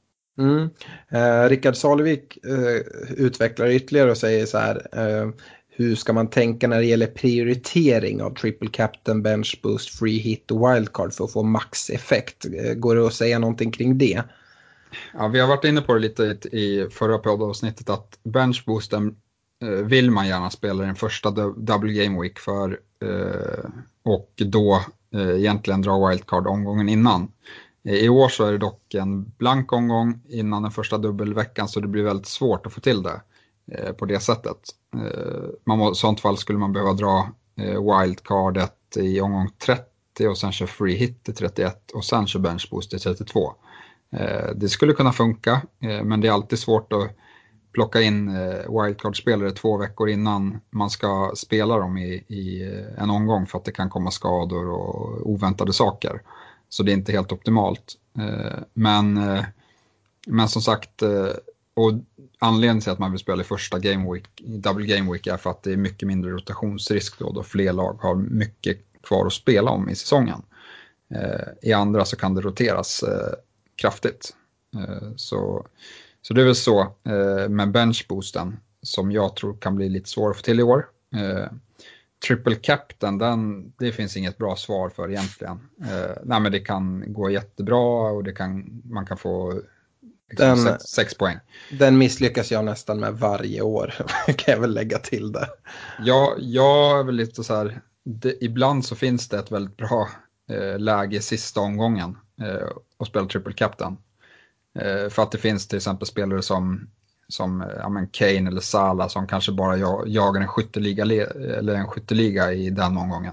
S4: Rickard Salvik utvecklar ytterligare och säger så här, hur ska man tänka när det gäller prioritering av triple captain, bench boost, free hit och wildcard för att få max-effekt? Går det att säga någonting kring det?
S5: Ja, vi har varit inne på det lite i förra poddavsnittet att bench boosten vill man gärna spela den första double game week för och då egentligen dra wildcard omgången innan. I år så är det dock en blank omgång innan den första dubbelveckan så det blir väldigt svårt att få till det på det sättet. I sånt fall skulle man behöva dra wildcardet i omgång 30 och sen köra free hit i 31 och sen köra bench boost i 32. Det skulle kunna funka men det är alltid svårt att plocka in wildcard-spelare 2 veckor innan man ska spela dem i en omgång för att det kan komma skador och oväntade saker. Så det är inte helt optimalt. Men som sagt, och anledningen till att man vill spela i första game week, double game week är för att det är mycket mindre rotationsrisk då fler lag har mycket kvar att spela om i säsongen. I andra så kan det roteras kraftigt. Så det är väl så med benchboosten som jag tror kan bli lite svår att få till i år. Triple captain, det finns inget bra svar för egentligen. Nej, men det kan gå jättebra och man kan få liksom 6 poäng.
S4: Den misslyckas jag nästan med varje år, kan jag väl lägga till det.
S5: Jag är väl lite så här, ibland så finns det ett väldigt bra läge i sista omgången att spela triple captain. För att det finns till exempel spelare som Kane eller Salah som kanske bara jagar en skytteliga i den omgången.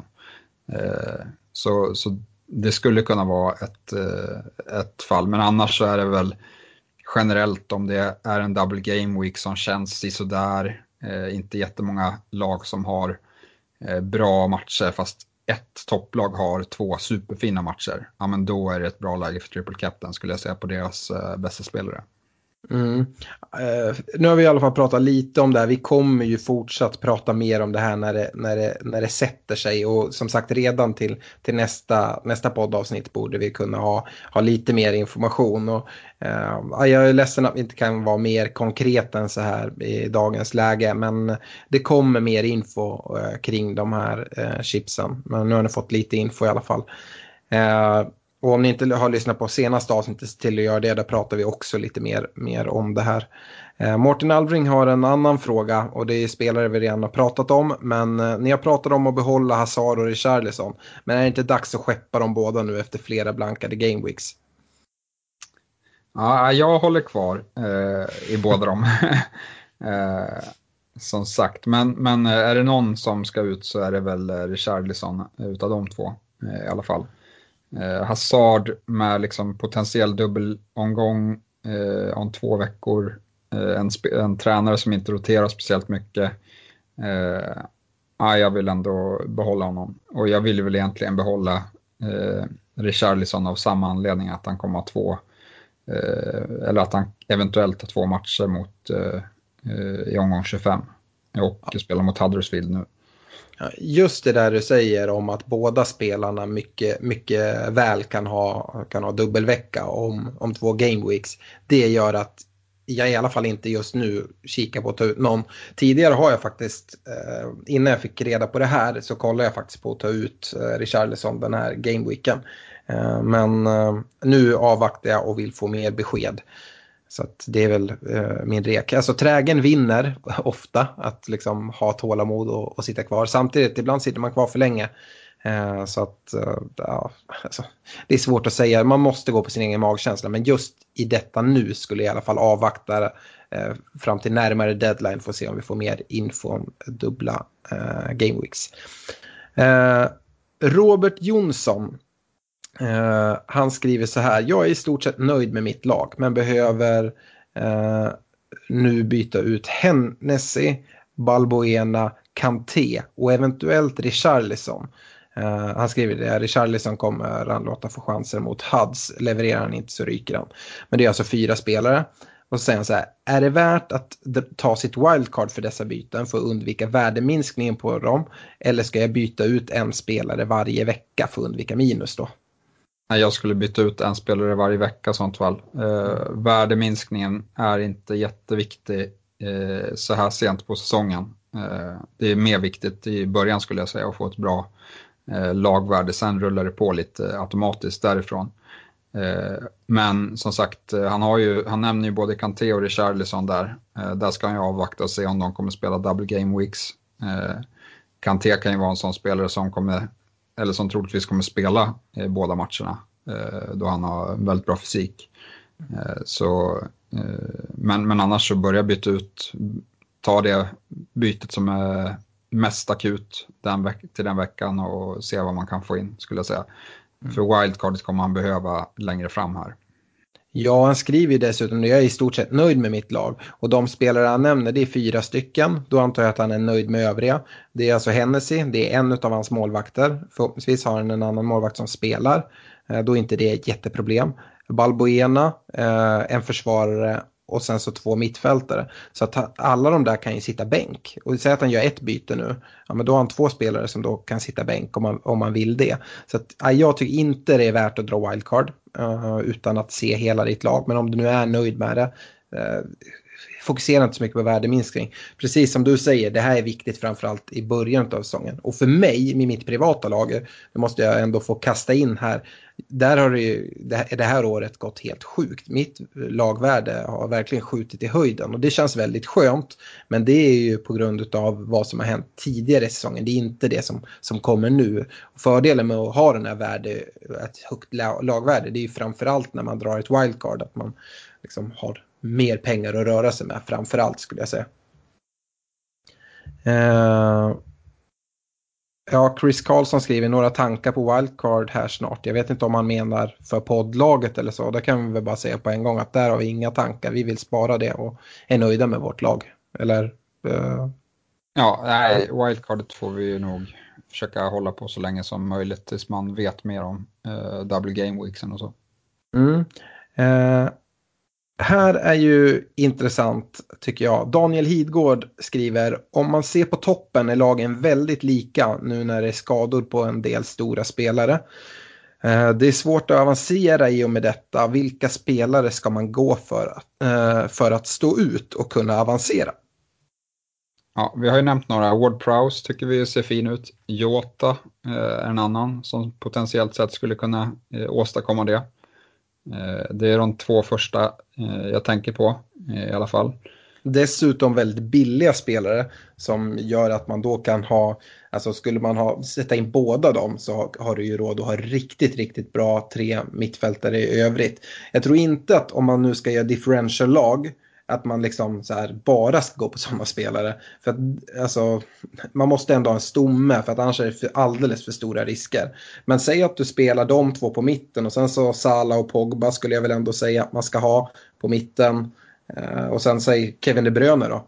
S5: Så det skulle kunna vara ett fall. Men annars så är det väl generellt om det är en double game week som känns i sådär. Inte jättemånga lag som har bra matcher fast ett topplag har 2 superfina matcher. Ja, men då är det ett bra läge för triple captain skulle jag säga på deras bästa spelare.
S4: Nu har vi i alla fall pratat lite om det här. Vi kommer ju fortsatt prata mer om det här när det sätter sig. Och som sagt redan till nästa poddavsnitt borde vi kunna ha lite mer information. Och, jag är ledsen att vi inte kan vara mer konkreta än så här i dagens läge. Men det kommer mer info kring de här chipsen. Men nu har ni fått lite info i alla fall. Och om ni inte har lyssnat på senaste avsnittet till att göra det, där pratar vi också lite mer om det här. Martin Alvring har en annan fråga och det är spelare vi redan har pratat om. Men ni har pratat om att behålla Hazard och Richarlison. Men är det inte dags att skeppa dem båda nu efter flera blankade game weeks?
S5: Ja, jag håller kvar i båda dem. Som sagt, men är det någon som ska ut så är det väl Richarlison utav de två i alla fall. Hazard med liksom potentiell dubbelomgång om 2 veckor. En tränare som inte roterar speciellt mycket. Jag vill ändå behålla honom. Och jag vill väl egentligen behålla Richarlison av samma anledning att han kommer att ha 2 eller att han eventuellt har 2 matcher mot i omgång 25 och spelar mot Huddersfield nu.
S4: Just det där du säger om att båda spelarna mycket väl kan ha dubbelvecka om 2 game weeks. Det gör att jag i alla fall inte just nu kikar på att ta ut någon. Tidigare har jag faktiskt, innan jag fick reda på det här så kollade jag faktiskt på att ta ut Richarlison den här game weeken. Men nu avvaktar jag och vill få mer besked. Så att det är väl min rek. Alltså trägen vinner ofta att liksom ha tålamod och sitta kvar. Samtidigt ibland sitter man kvar för länge. Så att alltså, det är svårt att säga. Man måste gå på sin egen magkänsla. Men just i detta nu skulle jag i alla fall avvakta fram till närmare deadline för att se om vi får mer info om dubbla game weeks. Robert Jonsson. Han skriver så här: jag är i stort sett nöjd med mitt lag men behöver nu byta ut Hennessy, Balbuena, Kanté och eventuellt Richarlison. Han skriver det: Richarlison kommer han låta få chanser mot Huds, levererar han inte så ryker han. Men det är alltså 4 spelare Och så säger han så här, är det värt att ta sitt wildcard för dessa byten för att undvika värdeminskningen på dem? Eller ska jag byta ut en spelare varje vecka för att undvika minus då?
S5: Jag skulle byta ut en spelare varje vecka i sånt fall. Värdeminskningen är inte jätteviktig så här sent på säsongen. Det är mer viktigt i början skulle jag säga att få ett bra lagvärde. Sen rullar det på lite automatiskt därifrån. Men som sagt, han nämner ju både Kanté och Richarlison där. Där ska han ju avvakta och se om de kommer spela double game weeks. Kanté kan ju vara en sån spelare som troligtvis kommer spela båda matcherna. Då han har väldigt bra fysik. Men annars så börjar byta ut, ta det bytet som är mest akut till den veckan och se vad man kan få in skulle jag säga. För wildcardet kommer han behöva längre fram här.
S4: Ja, han skriver ju dessutom att jag är i stort sett nöjd med mitt lag. Och de spelare han nämner, det är 4 stycken. Då antar jag att han är nöjd med övriga. Det är alltså Hennessy, det är en av hans målvakter. Förhoppningsvis har han en annan målvakt som spelar. Då är inte det ett jätteproblem. Balbuena, en försvarare och sen så 2 mittfältare. Så att alla de där kan ju sitta bänk. Och säg att han gör ett byte nu. Ja, men då har han 2 spelare som då kan sitta bänk om man vill det. Så att, jag tycker inte det är värt att dra wildcard utan att se hela ditt lag. Men om du nu är nöjd med det, fokusera inte så mycket på värdeminskning. Precis som du säger, det här är viktigt framförallt i början av säsongen. Och för mig, med mitt privata lag, det måste jag ändå få kasta in här. Där har det här året gått helt sjukt. Mitt lagvärde har verkligen skjutit i höjden och det känns väldigt skönt. Men det är ju på grund av vad som har hänt tidigare i säsongen. Det är inte det som kommer nu. Och fördelen med att ha den här ett högt lagvärde, det är ju framförallt när man drar ett wildcard att man liksom har mer pengar att röra sig med, framförallt skulle jag säga. Ja, Chris Karlsson skriver några tankar på wildcard här snart. Jag vet inte om han menar för poddlaget eller så. Där kan vi väl bara säga på en gång att där har vi inga tankar. Vi vill spara det och är nöjda med vårt lag. Eller?
S5: Ja, nej, wildcardet får vi nog försöka hålla på så länge som möjligt tills man vet mer om double game weeksen och så.
S4: Här är ju intressant tycker jag. Daniel Hidgård skriver, om man ser på toppen är lagen väldigt lika nu när det är skador på en del stora spelare. Det är svårt att avancera i och med detta. Vilka spelare ska man gå för att stå ut och kunna avancera?
S5: Ja, vi har ju nämnt några. Ward-Prowse tycker vi ser fin ut. Jota är en annan som potentiellt sett skulle kunna åstadkomma det. Det är de 2 första jag tänker på i alla fall. Dessutom väldigt billiga spelare som gör att man då kan ha, alltså skulle man sätta in båda dem så har du ju råd att ha riktigt, riktigt bra 3 mittfältare i övrigt. Jag tror inte att om man nu ska göra differential-lag att man liksom så här bara ska gå på samma spelare. För att alltså, man måste ändå ha en stomme för att annars är det alldeles för stora risker. Men säg att du spelar de 2 på mitten och sen så Salah och Pogba skulle jag väl ändå säga att man ska ha på mitten. Och sen säg Kevin De Bruyne då.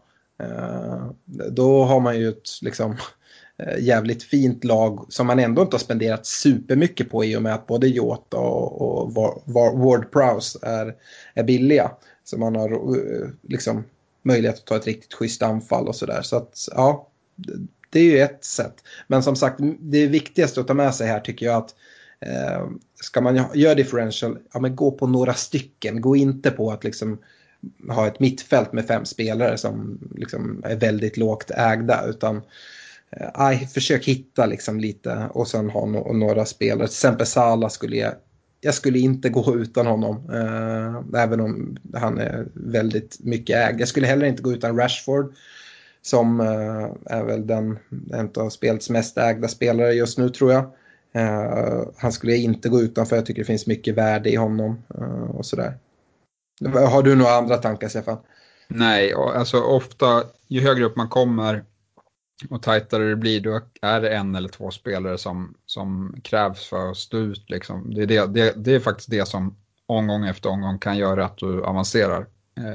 S5: Då har man ju ett liksom jävligt fint lag som man ändå inte har spenderat supermycket på i och med att både Jota och Ward-Prowse är billiga. Så man har liksom möjlighet att ta ett riktigt schysst anfall och sådär. Så att ja, det är ju ett sätt. Men som sagt, det viktigaste att ta med sig här tycker jag att ska man göra differential, ja men gå på några stycken. Gå inte på att liksom ha ett mittfält med 5 spelare som liksom är väldigt lågt ägda. Utan försök hitta liksom lite och sen ha några spelare. Till exempel Salah jag skulle inte gå utan honom, även om han är väldigt mycket ägd. Jag skulle heller inte gå utan Rashford, som är väl en av spelets mest ägda spelare just nu tror jag. Han skulle jag inte gå utan för jag tycker det finns mycket värde i honom och sådär. Har du några andra tankar, Stefan? Nej, alltså ofta ju högre upp man kommer och tajtare det blir, då är det 1 eller 2 spelare som krävs för att stå ut. Liksom. Det är faktiskt det som omgång efter omgång kan göra att du avancerar.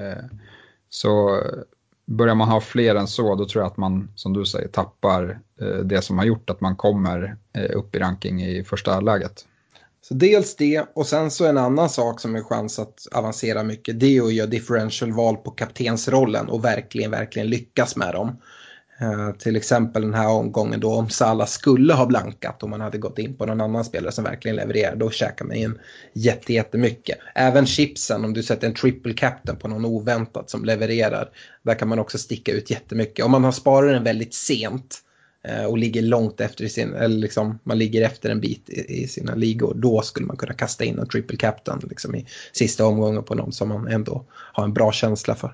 S5: Så börjar man ha fler än så, då tror jag att man, som du säger, tappar det som har gjort att man kommer upp i ranking i första läget.
S4: Så dels det, och sen så en annan sak som är chans att avancera mycket, det är att göra differential-val på kaptensrollen och verkligen lyckas med dem. Till exempel den här omgången då, om Salah skulle ha blankat och man hade gått in på någon annan spelare som verkligen levererar, då käkar man in jättemycket. Även chipsen, om du sätter en triple captain på någon oväntat som levererar, där kan man också sticka ut jättemycket. Om man har sparat den väldigt sent och ligger långt efter i sin, eller liksom man ligger efter en bit i sina ligor, då skulle man kunna kasta in en triple captain liksom i sista omgången på någon som man ändå har en bra känsla för.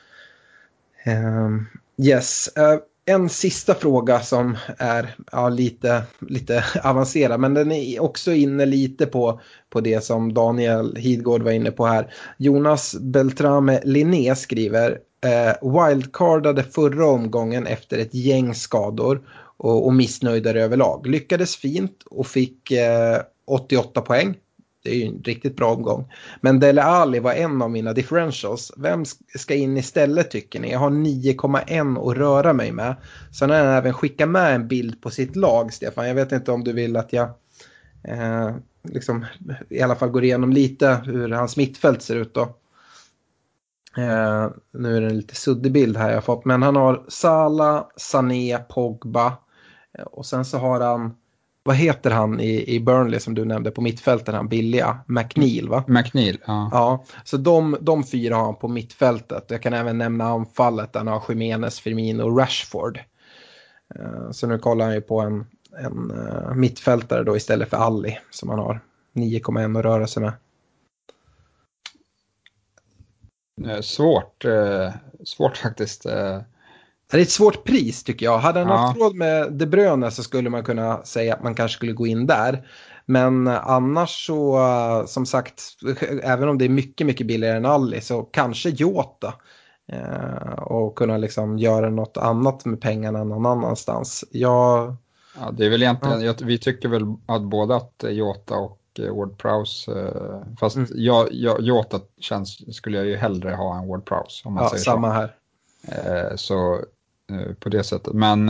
S4: Yes. En sista fråga som är lite avancerad, men den är också inne lite på det som Daniel Hidgård var inne på här. Jonas Beltrame Linné skriver: wildcardade förra omgången efter ett gäng skador och missnöjda överlag. Lyckades fint och fick 88 poäng. Det är ju en riktigt bra omgång. Men Dele Alli var en av mina differentials. Vem ska in istället tycker ni? Jag har 9,1 att röra mig med. Sen har jag även skickat med en bild på sitt lag, Stefan. Jag vet inte om du vill att jag liksom, i alla fall går igenom lite hur hans mittfält ser ut då. Nu är det en lite suddig bild här jag har fått. Men han har Salah, Sané, Pogba. Och sen så har han, vad heter han i Burnley som du nämnde på mittfältet, han billiga? McNeil, va?
S5: McNeil, ja.
S4: Ja, så de fyra har han på mittfältet. Jag kan även nämna anfallet, han har Jimenez, Firmino och Rashford. Så nu kollar han ju på en mittfältare då istället för Alli som han har 9,1 att röra sig med.
S5: Svårt faktiskt.
S4: Det är ett svårt pris tycker jag. Hade han haft råd med De Bruyne så skulle man kunna säga att man kanske skulle gå in där. Men annars så, som sagt, även om det är mycket billigare än Alli, så kanske Jota. Och kunna liksom göra något annat med pengarna någon annanstans. Ja,
S5: det är väl egentligen, vi tycker väl att både att Jota och Ward-Prowse, fast Jota skulle jag ju hellre ha än Ward-Prowse om man säger
S4: samma
S5: så.
S4: Här.
S5: Så på det sättet. Men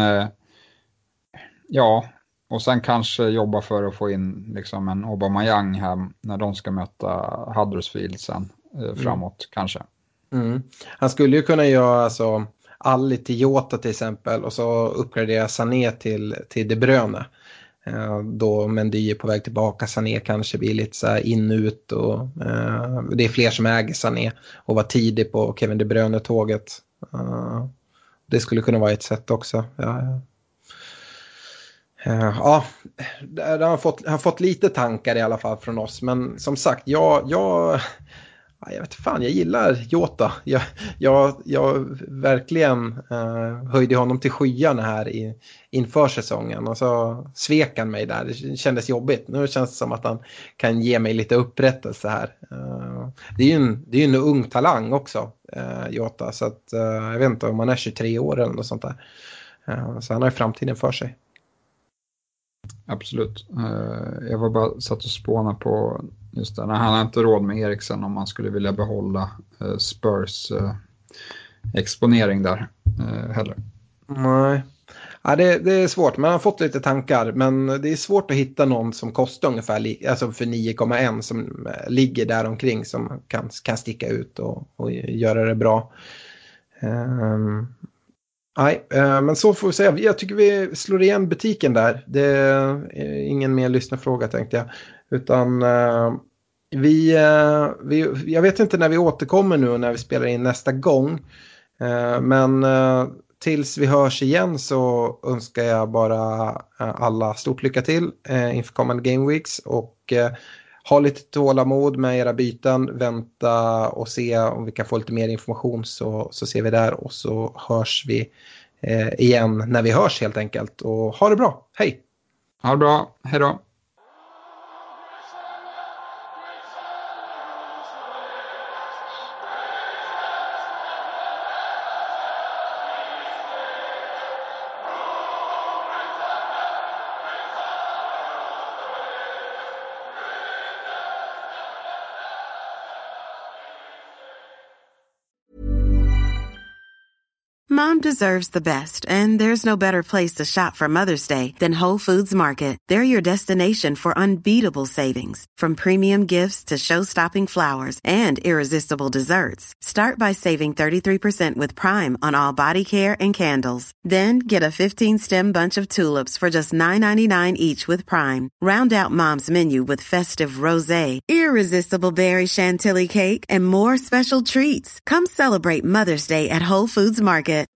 S5: ja, och sen kanske jobba för att få in liksom en Aubameyang här när de ska möta Huddersfield sen framåt kanske.
S4: Han skulle ju kunna göra alltså Alli till Jota till exempel och så uppgradera Sané till De Bruyne. Då Mendy är på väg tillbaka, Sané kanske blir lite så här in-ut och det är fler som äger Sané och var tidig på Kevin De Bruyne-tåget. Det skulle kunna vara ett sätt också. Ja, han har fått lite tankar i alla fall från oss, men som sagt, jag vet fan, jag gillar Jota. Jag verkligen höjde honom till skyarna här inför säsongen och så svek han mig där. Det kändes jobbigt. Nu känns det som att han kan ge mig lite upprättelse här. Det är ju en ung talang också, Jota. Så att, jag vet inte om han är 23 år eller något sånt där. Så han har ju framtiden för sig.
S5: Absolut. Jag var bara satt och spåna på just det. Han har inte råd med Eriksen om man skulle vilja behålla Spurs exponering där heller.
S4: Nej. Ja, det är svårt. Man har fått lite tankar, men det är svårt att hitta någon som kostar ungefär alltså för 9,1 som ligger där omkring som kan sticka ut och göra det bra. Nej, men så får vi säga. Jag tycker vi slår igen butiken där. Det är ingen mer lyssnarfråga tänkte jag. Utan jag vet inte när vi återkommer nu och när vi spelar in nästa gång. Men tills vi hörs igen så önskar jag bara alla stort lycka till inför kommande Game Weeks. Och ha lite tålamod med era byten. Vänta och se om vi kan få lite mer information så ser vi där. Och så hörs vi igen när vi hörs helt enkelt. Och ha det bra. Hej!
S5: Ha det bra. Hej då!
S6: Mom deserves the best, and there's no better place to shop for Mother's Day than Whole Foods Market. They're your destination for unbeatable savings, from premium gifts to show-stopping flowers and irresistible desserts. Start by saving 33% with Prime on all body care and candles. Then get a 15-stem bunch of tulips for just $9.99 each with Prime. Round out Mom's menu with festive rosé, irresistible berry chantilly cake, and more special treats. Come celebrate Mother's Day at Whole Foods Market.